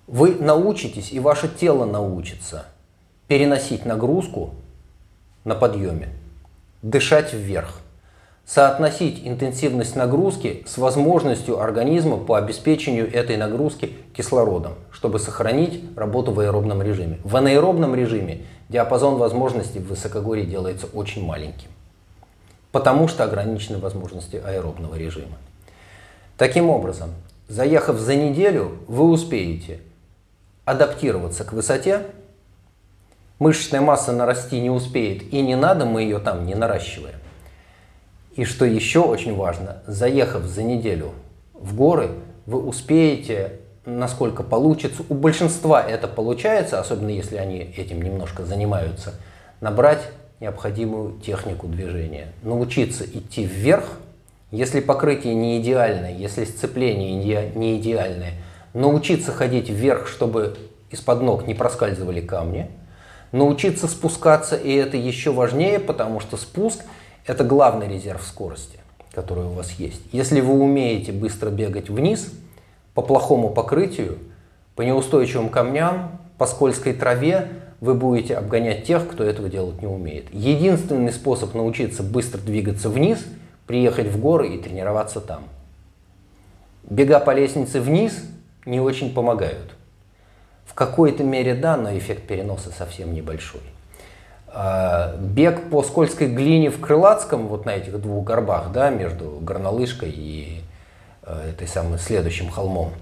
Вы научитесь, и ваше тело научится переносить нагрузку на подъеме, дышать вверх, соотносить интенсивность нагрузки с возможностью организма по обеспечению этой нагрузки кислородом, чтобы сохранить работу в аэробном режиме. В анаэробном режиме диапазон возможностей в высокогорье делается очень маленьким, потому что ограничены возможности аэробного режима. Таким образом, заехав за неделю, вы успеете адаптироваться к высоте, мышечная масса нарасти не успеет и не надо, мы ее там не наращиваем. И что еще очень важно, заехав за неделю в горы, вы успеете, насколько получится, у большинства это получается, особенно если они этим немножко занимаются, набрать необходимую технику движения, научиться идти вверх, если покрытие не идеальное, если сцепление не идеальное, научиться ходить вверх, чтобы из-под ног не проскальзывали камни, научиться спускаться, и это еще важнее, потому что спуск – это главный резерв скорости, который у вас есть. Если вы умеете быстро бегать вниз, по плохому покрытию, по неустойчивым камням, по скользкой траве, вы будете обгонять тех, кто этого делать не умеет. Единственный способ научиться быстро двигаться вниз – приехать в горы и тренироваться там. Бега по лестнице вниз не очень помогают. В какой-то мере да, но эффект переноса совсем небольшой. Бег по скользкой глине в Крылатском, вот на этих двух горбах, да, между Горнолыжкой и этой самой следующим холмом,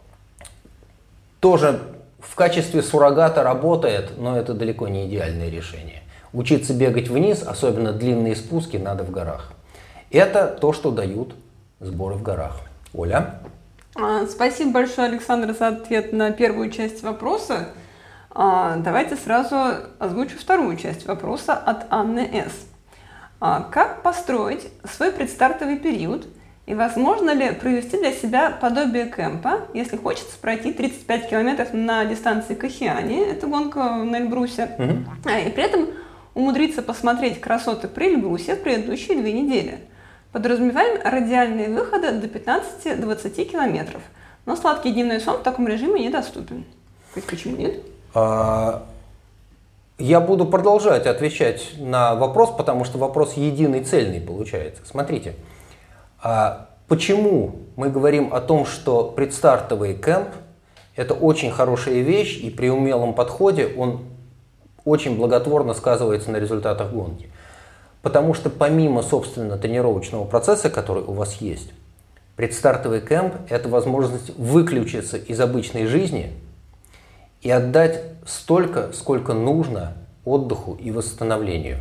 тоже в качестве суррогата работает, но это далеко не идеальное решение. Учиться бегать вниз, особенно длинные спуски, надо в горах. Это то, что дают сборы в горах. Оля? Спасибо большое, Александр, за ответ на первую часть вопроса. Давайте сразу озвучу вторую часть вопроса от Анны С. Как построить свой предстартовый период и возможно ли провести для себя подобие кемпа, если хочется пройти 35 километров на дистанции Кахиани, это гонка на Эльбрусе, и при этом умудриться посмотреть красоты при Эльбрусе в предыдущие 2 недели? Подразумеваем радиальные выходы до 15-20 километров, но сладкий дневной сон в таком режиме недоступен. Почему нет? Я буду продолжать отвечать на вопрос, потому что вопрос единый, цельный получается. Смотрите, почему мы говорим о том, что предстартовый кемп – это очень хорошая вещь, и при умелом подходе он очень благотворно сказывается на результатах гонки. Потому что помимо, собственно, тренировочного процесса, который у вас есть, предстартовый кемп – это возможность выключиться из обычной жизни и отдать столько, сколько нужно отдыху и восстановлению.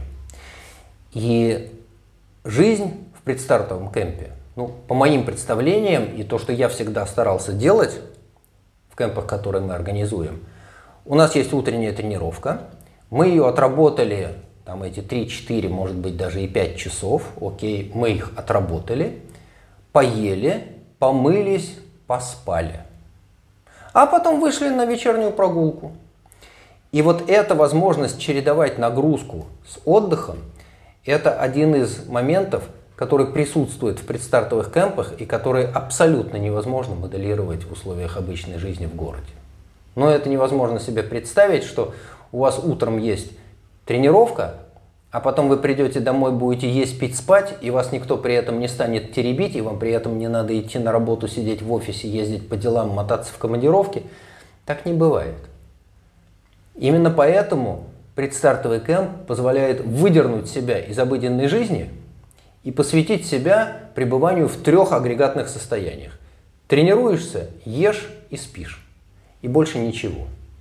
И жизнь в предстартовом кемпе, по моим представлениям, и то, что я всегда старался делать в кемпах, которые мы организуем, у нас есть утренняя тренировка, мы ее отработали, там эти 3-4, может быть, даже и 5 часов, окей, мы их отработали, поели, помылись, поспали. А потом вышли на вечернюю прогулку. И вот эта возможность чередовать нагрузку с отдыхом, это один из моментов, который присутствует в предстартовых кемпах и который абсолютно невозможно моделировать в условиях обычной жизни в городе. Но это невозможно себе представить, что у вас утром есть тренировка, а потом вы придете домой, будете есть, пить, спать, и вас никто при этом не станет теребить, и вам при этом не надо идти на работу, сидеть в офисе, ездить по делам, мотаться в командировки. Так не бывает. Именно поэтому предстартовый кемп позволяет выдернуть себя из обыденной жизни и посвятить себя пребыванию в 3 агрегатных состояниях. Тренируешься, ешь и спишь. И больше ничего.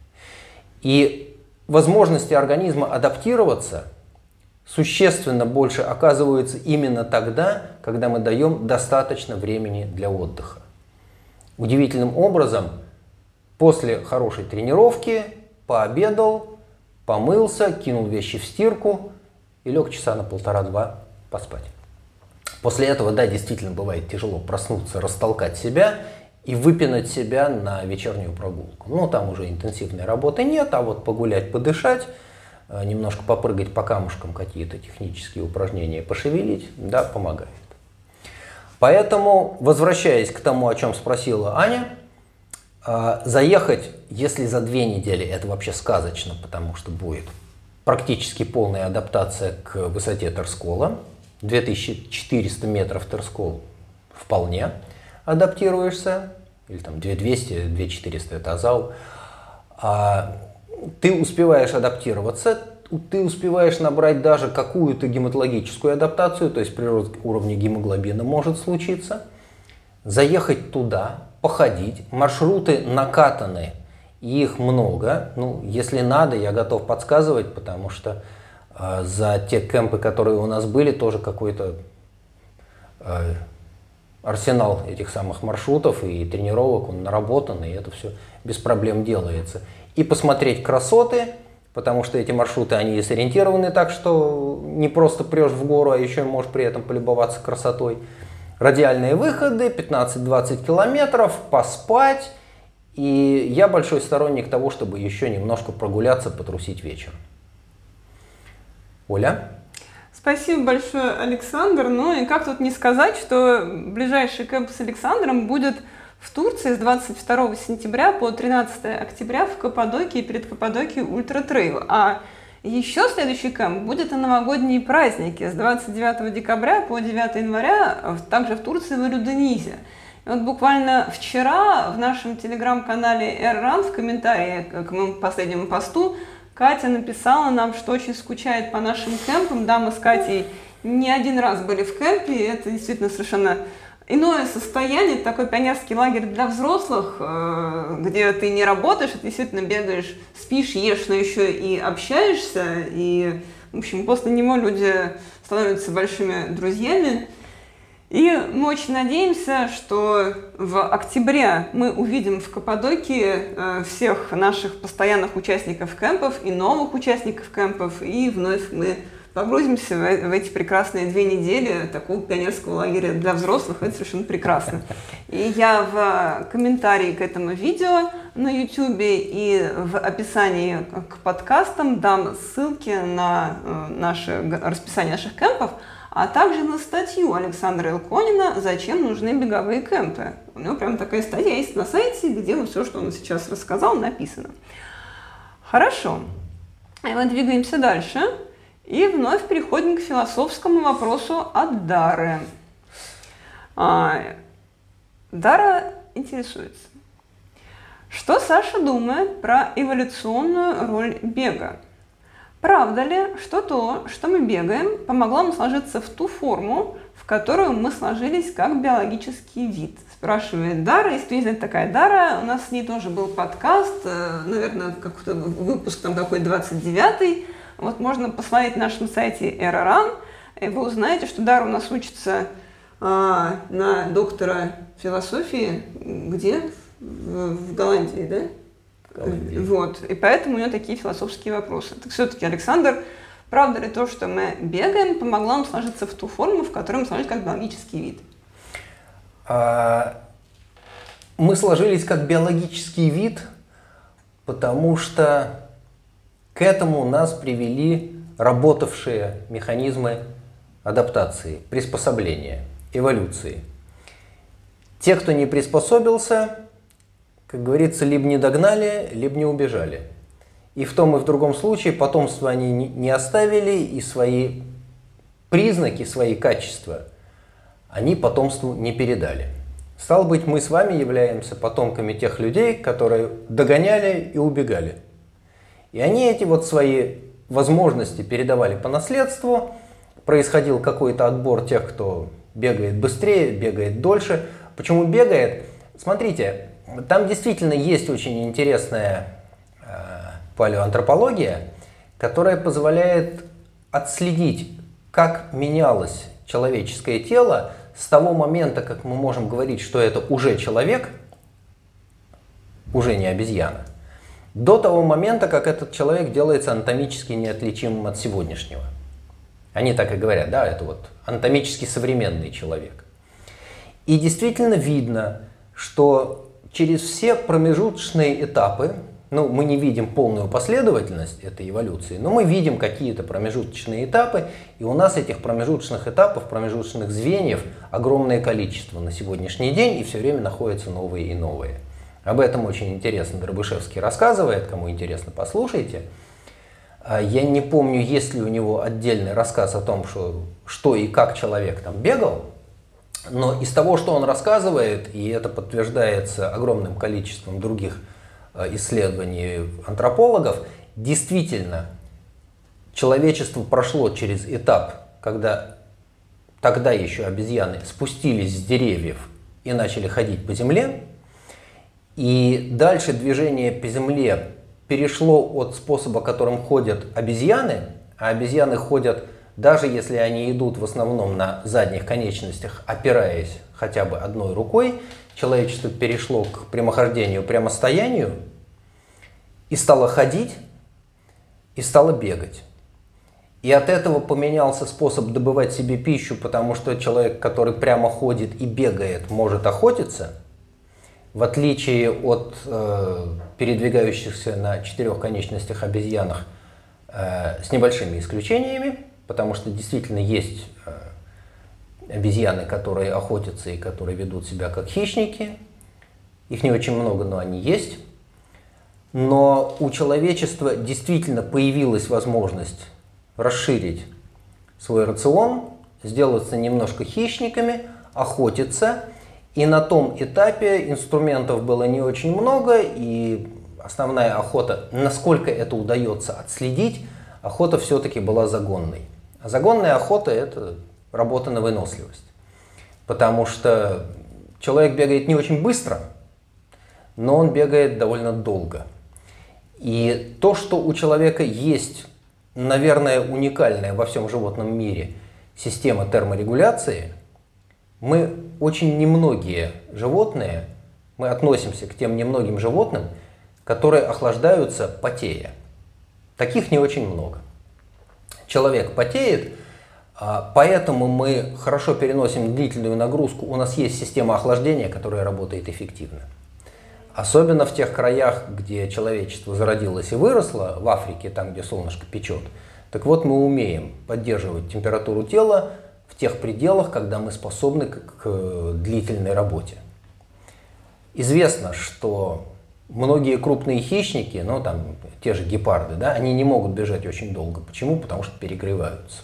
И возможности организма адаптироваться существенно больше оказываются именно тогда, когда мы даем достаточно времени для отдыха. Удивительным образом, после хорошей тренировки пообедал, помылся, кинул вещи в стирку и лег часа на 1,5-2 поспать. После этого, да, действительно бывает тяжело проснуться, растолкать себя и выпинать себя на вечернюю прогулку. Там уже интенсивной работы нет, а вот погулять, подышать, немножко попрыгать по камушкам, какие-то технические упражнения пошевелить, да, помогает. Поэтому, возвращаясь к тому, о чем спросила Аня, Заехать, если за 2 недели, это вообще сказочно, потому что будет практически полная адаптация к высоте Терскола. 2400 метров Терскол вполне адаптируешься, или там 2200, 2400 это Азау. Ты успеваешь адаптироваться, ты успеваешь набрать даже какую-то гематологическую адаптацию, то есть прирост уровня гемоглобина может случиться. Заехать туда, походить, маршруты накатаны, и их много. Ну, если надо, я готов подсказывать, потому что за те кемпы, которые у нас были, тоже какой-то арсенал этих самых маршрутов и тренировок, он наработан, и это все без проблем делается. И посмотреть красоты, потому что эти маршруты, они сориентированы так, что не просто прешь в гору, а еще можешь при этом полюбоваться красотой. Радиальные выходы, 15-20 километров, поспать. И я большой сторонник того, чтобы еще немножко прогуляться, потрусить вечером. Оля? Спасибо большое, Александр. Ну и как тут не сказать, что ближайший кемп с Александром будет в Турции с 22 сентября по 13 октября в Каппадокии, перед Каппадокией ультра-трейл. А еще следующий кемп будет на новогодние праздники с 29 декабря по 9 января, также в Турции, в Илю-Денизе. И вот буквально вчера в нашем телеграм-канале AirRun в комментарии к моему последнему посту Катя написала нам, что очень скучает по нашим кемпам. Да, мы с Катей не один раз были в кемпе, и это действительно совершенно иное состояние, такой пионерский лагерь для взрослых, где ты не работаешь, ты действительно бегаешь, спишь, ешь, но еще и общаешься. И, в общем, после него люди становятся большими друзьями. И мы очень надеемся, что в октябре мы увидим в Каппадокии всех наших постоянных участников кемпов и новых участников кемпов, и вновь мы погрузимся в эти прекрасные 2 недели такого пионерского лагеря для взрослых. Это совершенно прекрасно. И я в комментарии к этому видео на YouTube и в описании к подкастам дам ссылки на расписание наших кемпов, а также на статью Александра Илконина «Зачем нужны беговые кемпы?». У него прям такая статья есть на сайте, где вот все, что он сейчас рассказал, написано. Хорошо. И мы двигаемся дальше. И вновь переходим к философскому вопросу от Дары. Дара интересуется. Что Саша думает про эволюционную роль бега? Правда ли, что то, что мы бегаем, помогло нам сложиться в ту форму, в которую мы сложились как биологический вид? Спрашивает Дара. Если есть такая Дара, у нас с ней тоже был подкаст, наверное, какой-то выпуск там какой 29-й. Вот можно посмотреть на нашем сайте AirRun, и вы узнаете, что Дара у нас учится на доктора философии, где? В Голландии, да? Вот. И поэтому у него такие философские вопросы. Так все-таки, Александр, правда ли то, что мы бегаем, помогло нам сложиться в ту форму, в которой мы сложились как биологический вид? Мы сложились как биологический вид, потому что к этому нас привели работавшие механизмы адаптации, приспособления, эволюции. Те, кто не приспособился, как говорится, либо не догнали, либо не убежали. И в том и в другом случае потомство они не оставили, и свои признаки, свои качества они потомству не передали. Стало быть, мы с вами являемся потомками тех людей, которые догоняли и убегали. И они эти вот свои возможности передавали по наследству. Происходил какой-то отбор тех, кто бегает быстрее, бегает дольше. Почему бегает? Смотрите, там действительно есть очень интересная палеоантропология, которая позволяет отследить, как менялось человеческое тело с того момента, как мы можем говорить, что это уже человек, уже не обезьяна, до того момента, как этот человек делается анатомически неотличимым от сегодняшнего. Они так и говорят, да, это вот анатомически современный человек. И действительно видно, что через все промежуточные этапы, ну, мы не видим полную последовательность этой эволюции, но мы видим какие-то промежуточные этапы, и у нас этих промежуточных этапов, промежуточных звеньев огромное количество на сегодняшний день, и все время находятся новые и новые. Об этом очень интересно Дробышевский рассказывает, кому интересно, послушайте. Я не помню, есть ли у него отдельный рассказ о том, что и как человек там бегал, но из того, что он рассказывает, и это подтверждается огромным количеством других исследований антропологов, действительно, человечество прошло через этап, когда тогда еще обезьяны спустились с деревьев и начали ходить по земле, и дальше движение по земле перешло от способа, которым ходят обезьяны, а обезьяны ходят, даже если они идут в основном на задних конечностях, опираясь хотя бы одной рукой, человечество перешло к прямохождению, прямостоянию, и стало ходить, и стало бегать. И от этого поменялся способ добывать себе пищу, потому что человек, который прямо ходит и бегает, может охотиться, в отличие от передвигающихся на 4 конечностях обезьянах с небольшими исключениями, потому что действительно есть обезьяны, которые охотятся и которые ведут себя как хищники. Их не очень много, но они есть. Но у человечества действительно появилась возможность расширить свой рацион, сделаться немножко хищниками, охотиться. И на том этапе инструментов было не очень много, и основная охота, насколько это удается отследить, охота все-таки была загонной. А загонная охота – это работа на выносливость. Потому что человек бегает не очень быстро, но он бегает довольно долго. И то, что у человека есть, наверное, уникальная во всем животном мире система терморегуляции, мы очень немногие животные, мы относимся к тем немногим животным, которые охлаждаются потея. Таких не очень много. Человек потеет, поэтому мы хорошо переносим длительную нагрузку. У нас есть система охлаждения, которая работает эффективно. Особенно в тех краях, где человечество зародилось и выросло, в Африке, там, где солнышко печет. Так вот, мы умеем поддерживать температуру тела в тех пределах, когда мы способны к длительной работе. Известно, что многие крупные хищники, ну там те же гепарды, да, они не могут бежать очень долго. Почему? Потому что перегреваются.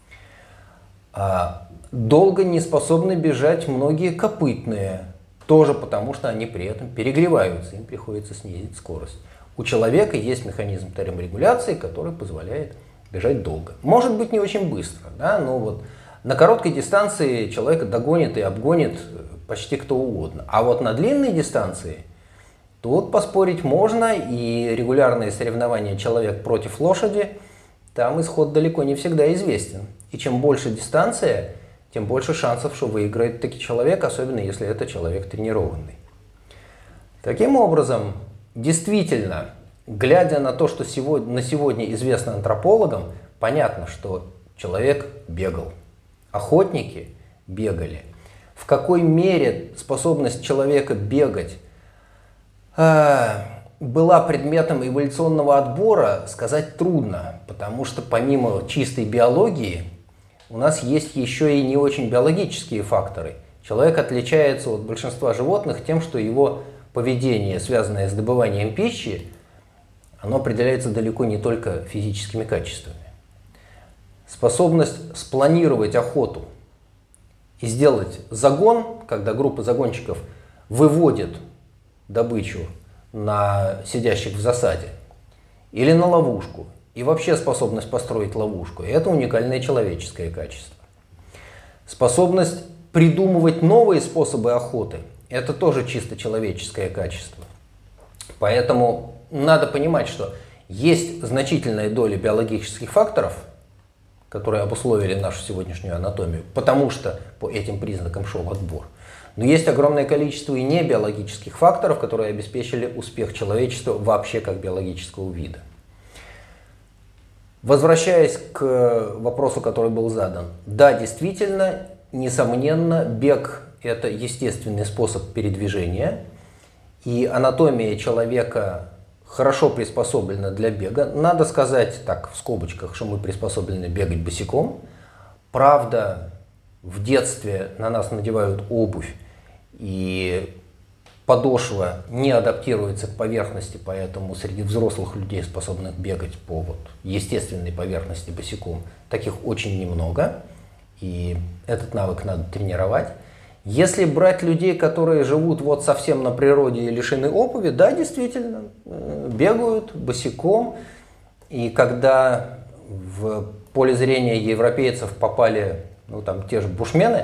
Долго не способны бежать многие копытные, тоже потому что они при этом перегреваются, им приходится снизить скорость. У человека есть механизм терморегуляции, который позволяет бежать долго. Может быть, не очень быстро, да, но вот на короткой дистанции человека догонит и обгонит почти кто угодно. А вот на длинной дистанции тут поспорить можно, и регулярные соревнования человек против лошади, там исход далеко не всегда известен. И чем больше дистанция, тем больше шансов, что выиграет таки человек, особенно если это человек тренированный. Таким образом, действительно, глядя на то, что на сегодня известно антропологам, понятно, что человек бегал. Охотники бегали. В какой мере способность человека бегать была предметом эволюционного отбора, сказать трудно, потому что помимо чистой биологии у нас есть еще и не очень биологические факторы. Человек отличается от большинства животных тем, что его поведение, связанное с добыванием пищи, оно определяется далеко не только физическими качествами. Способность спланировать охоту и сделать загон, когда группа загонщиков выводит добычу на сидящих в засаде или на ловушку, и вообще способность построить ловушку – это уникальное человеческое качество. Способность придумывать новые способы охоты – это тоже чисто человеческое качество. Поэтому надо понимать, что есть значительная доля биологических факторов, которые обусловили нашу сегодняшнюю анатомию, потому что по этим признакам шел отбор. Но есть огромное количество и небиологических факторов, которые обеспечили успех человечества вообще как биологического вида. Возвращаясь к вопросу, который был задан. Да, действительно, несомненно, бег – это естественный способ передвижения, и анатомия человека хорошо приспособлена для бега. Надо сказать так, в скобочках, что мы приспособлены бегать босиком. Правда, в детстве на нас надевают обувь, и подошва не адаптируется к поверхности, поэтому среди взрослых людей, способных бегать по естественной поверхности босиком, таких очень немного, и этот навык надо тренировать. Если брать людей, которые живут совсем на природе и лишены обуви, да, действительно, бегают босиком, и когда в поле зрения европейцев попали те же бушмены,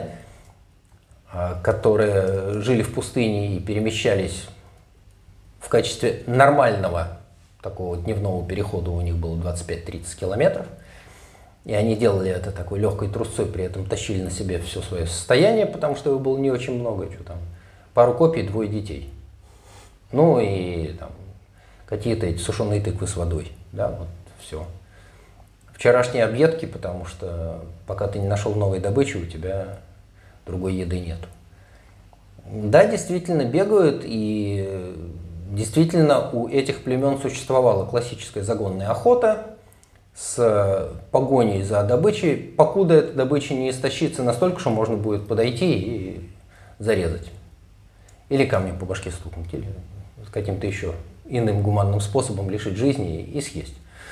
которые жили в пустыне и перемещались в качестве нормального такого дневного перехода, у них было 25-30 километров, и они делали это такой легкой трусцой, при этом тащили на себе все свое состояние, потому что его было не очень много, пару копий, 2 детей. Ну и какие-то эти сушеные тыквы с водой, да, все. Вчерашние объедки, потому что пока ты не нашел новой добычи, у тебя другой еды нет. Да, действительно бегают, и действительно у этих племен существовала классическая загонная охота с погоней за добычей, покуда эта добыча не истощится настолько, что можно будет подойти и зарезать. Или камнем по башке стукнуть, или каким-то еще иным гуманным способом лишить жизни и съесть.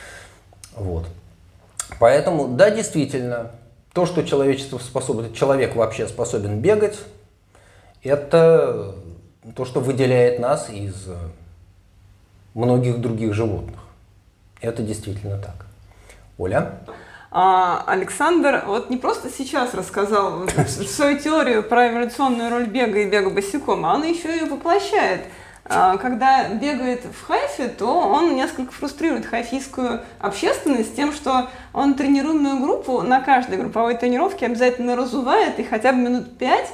Поэтому, да, действительно, то, что человек вообще способен бегать, это то, что выделяет нас из многих других животных. Это действительно так. Оля? Александр не просто сейчас рассказал свою теорию про эволюционную роль бега и бега босиком, а он еще и воплощает. Когда бегает в Хайфе, то он несколько фрустрирует хайфийскую общественность тем, что он тренируемую группу на каждой групповой тренировке обязательно разувает и хотя бы минут 5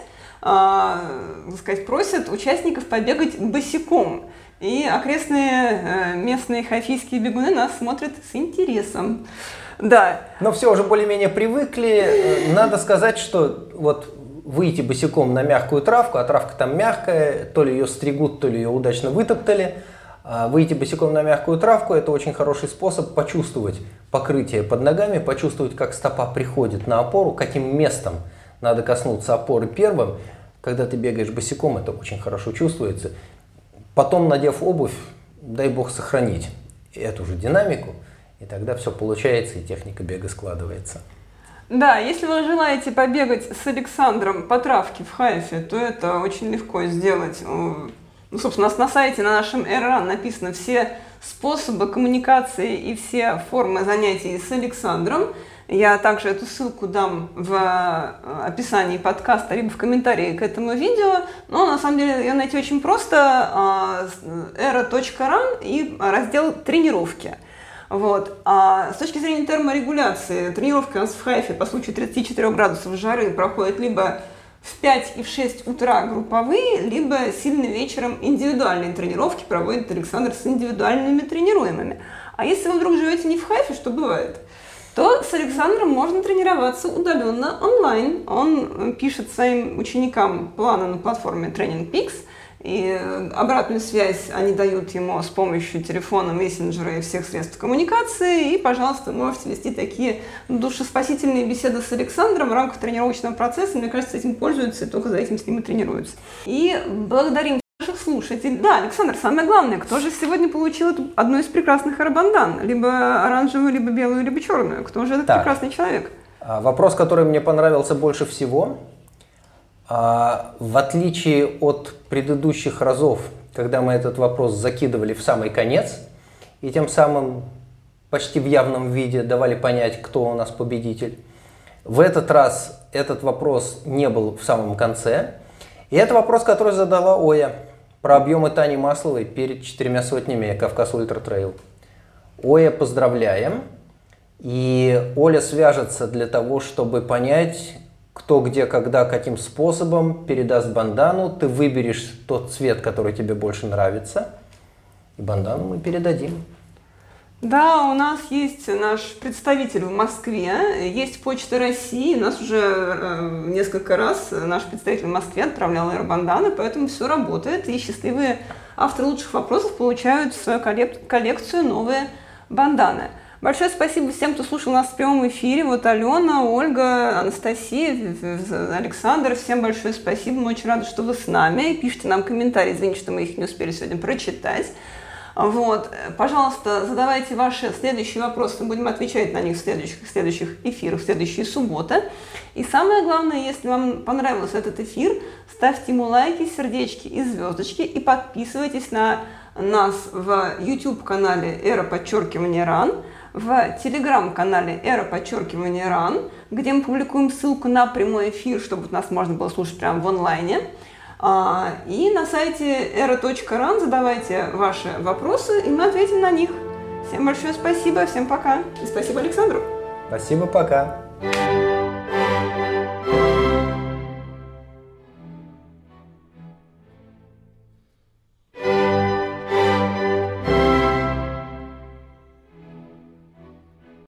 просит участников побегать босиком. И окрестные местные хайфийские бегуны нас смотрят с интересом. Да. Но все уже более-менее привыкли. Надо сказать, что выйти босиком на мягкую травку, а травка там мягкая, то ли ее стригут, то ли ее удачно вытоптали. Выйти босиком на мягкую травку – это очень хороший способ почувствовать покрытие под ногами, почувствовать, как стопа приходит на опору, каким местом надо коснуться опоры первым. Когда ты бегаешь босиком, это очень хорошо чувствуется. Потом, надев обувь, дай бог сохранить эту же динамику, и тогда все получается, и техника бега складывается. Да, если вы желаете побегать с Александром по травке в Хайфе, то это очень легко сделать. Собственно, у нас на сайте, на нашем AirRun написаны все способы коммуникации и все формы занятий с Александром. Я также эту ссылку дам в описании подкаста, либо в комментарии к этому видео. Но на самом деле ее найти очень просто. era.run и раздел «Тренировки». А с точки зрения терморегуляции, тренировка у нас в Хайфе по случаю 34 градусов жары проходит либо в 5 и в 6 утра групповые, либо сильно вечером индивидуальные тренировки проводит Александр с индивидуальными тренируемыми. А если вы вдруг живете не в Хайфе, что бывает, то с Александром можно тренироваться удаленно онлайн. Он пишет своим ученикам планы на платформе Training Peaks, и обратную связь они дают ему с помощью телефона, мессенджера и всех средств коммуникации. И, пожалуйста, можете вести такие душеспасительные беседы с Александром в рамках тренировочного процесса. Мне кажется, этим пользуются и только за этим с ним и тренируются. И благодарим наших слушателей. Да, Александр, самое главное, кто же сегодня получил одну из прекрасных эробандан? Либо оранжевую, либо белую, либо черную. Кто же этот прекрасный человек? Вопрос, который мне понравился больше всего. В отличие от предыдущих разов, когда мы этот вопрос закидывали в самый конец, и тем самым почти в явном виде давали понять, кто у нас победитель, в этот раз этот вопрос не был в самом конце. И это вопрос, который задала Оя про объемы Тани Масловой перед 4 сотнями Кавказ Ультра Трейл. Оя, поздравляем. И Оля свяжется для того, чтобы понять, кто, где, когда, каким способом передаст бандану. Ты выберешь тот цвет, который тебе больше нравится, и бандану мы передадим. Да, у нас есть наш представитель в Москве, есть Почта России. Нас уже несколько раз наш представитель в Москве отправлял аэробанданы, поэтому все работает, и счастливые авторы лучших вопросов получают в свою коллекцию новые банданы. Большое спасибо всем, кто слушал нас в прямом эфире. Вот Алена, Ольга, Анастасия, Александр. Всем большое спасибо. Мы очень рады, что вы с нами. Пишите нам комментарии. Извините, что мы их не успели сегодня прочитать. Вот. Пожалуйста, задавайте ваши следующие вопросы. Мы будем отвечать на них в следующих эфирах, в следующие субботы. И самое главное, если вам понравился этот эфир, ставьте ему лайки, сердечки и звездочки. И подписывайтесь на нас в YouTube-канале @RAN, в Telegram-канале @RAN, где мы публикуем ссылку на прямой эфир, чтобы нас можно было слушать прямо в онлайне. И на сайте era.ran задавайте ваши вопросы, и мы ответим на них. Всем большое спасибо, всем пока. И спасибо Александру. Спасибо, пока.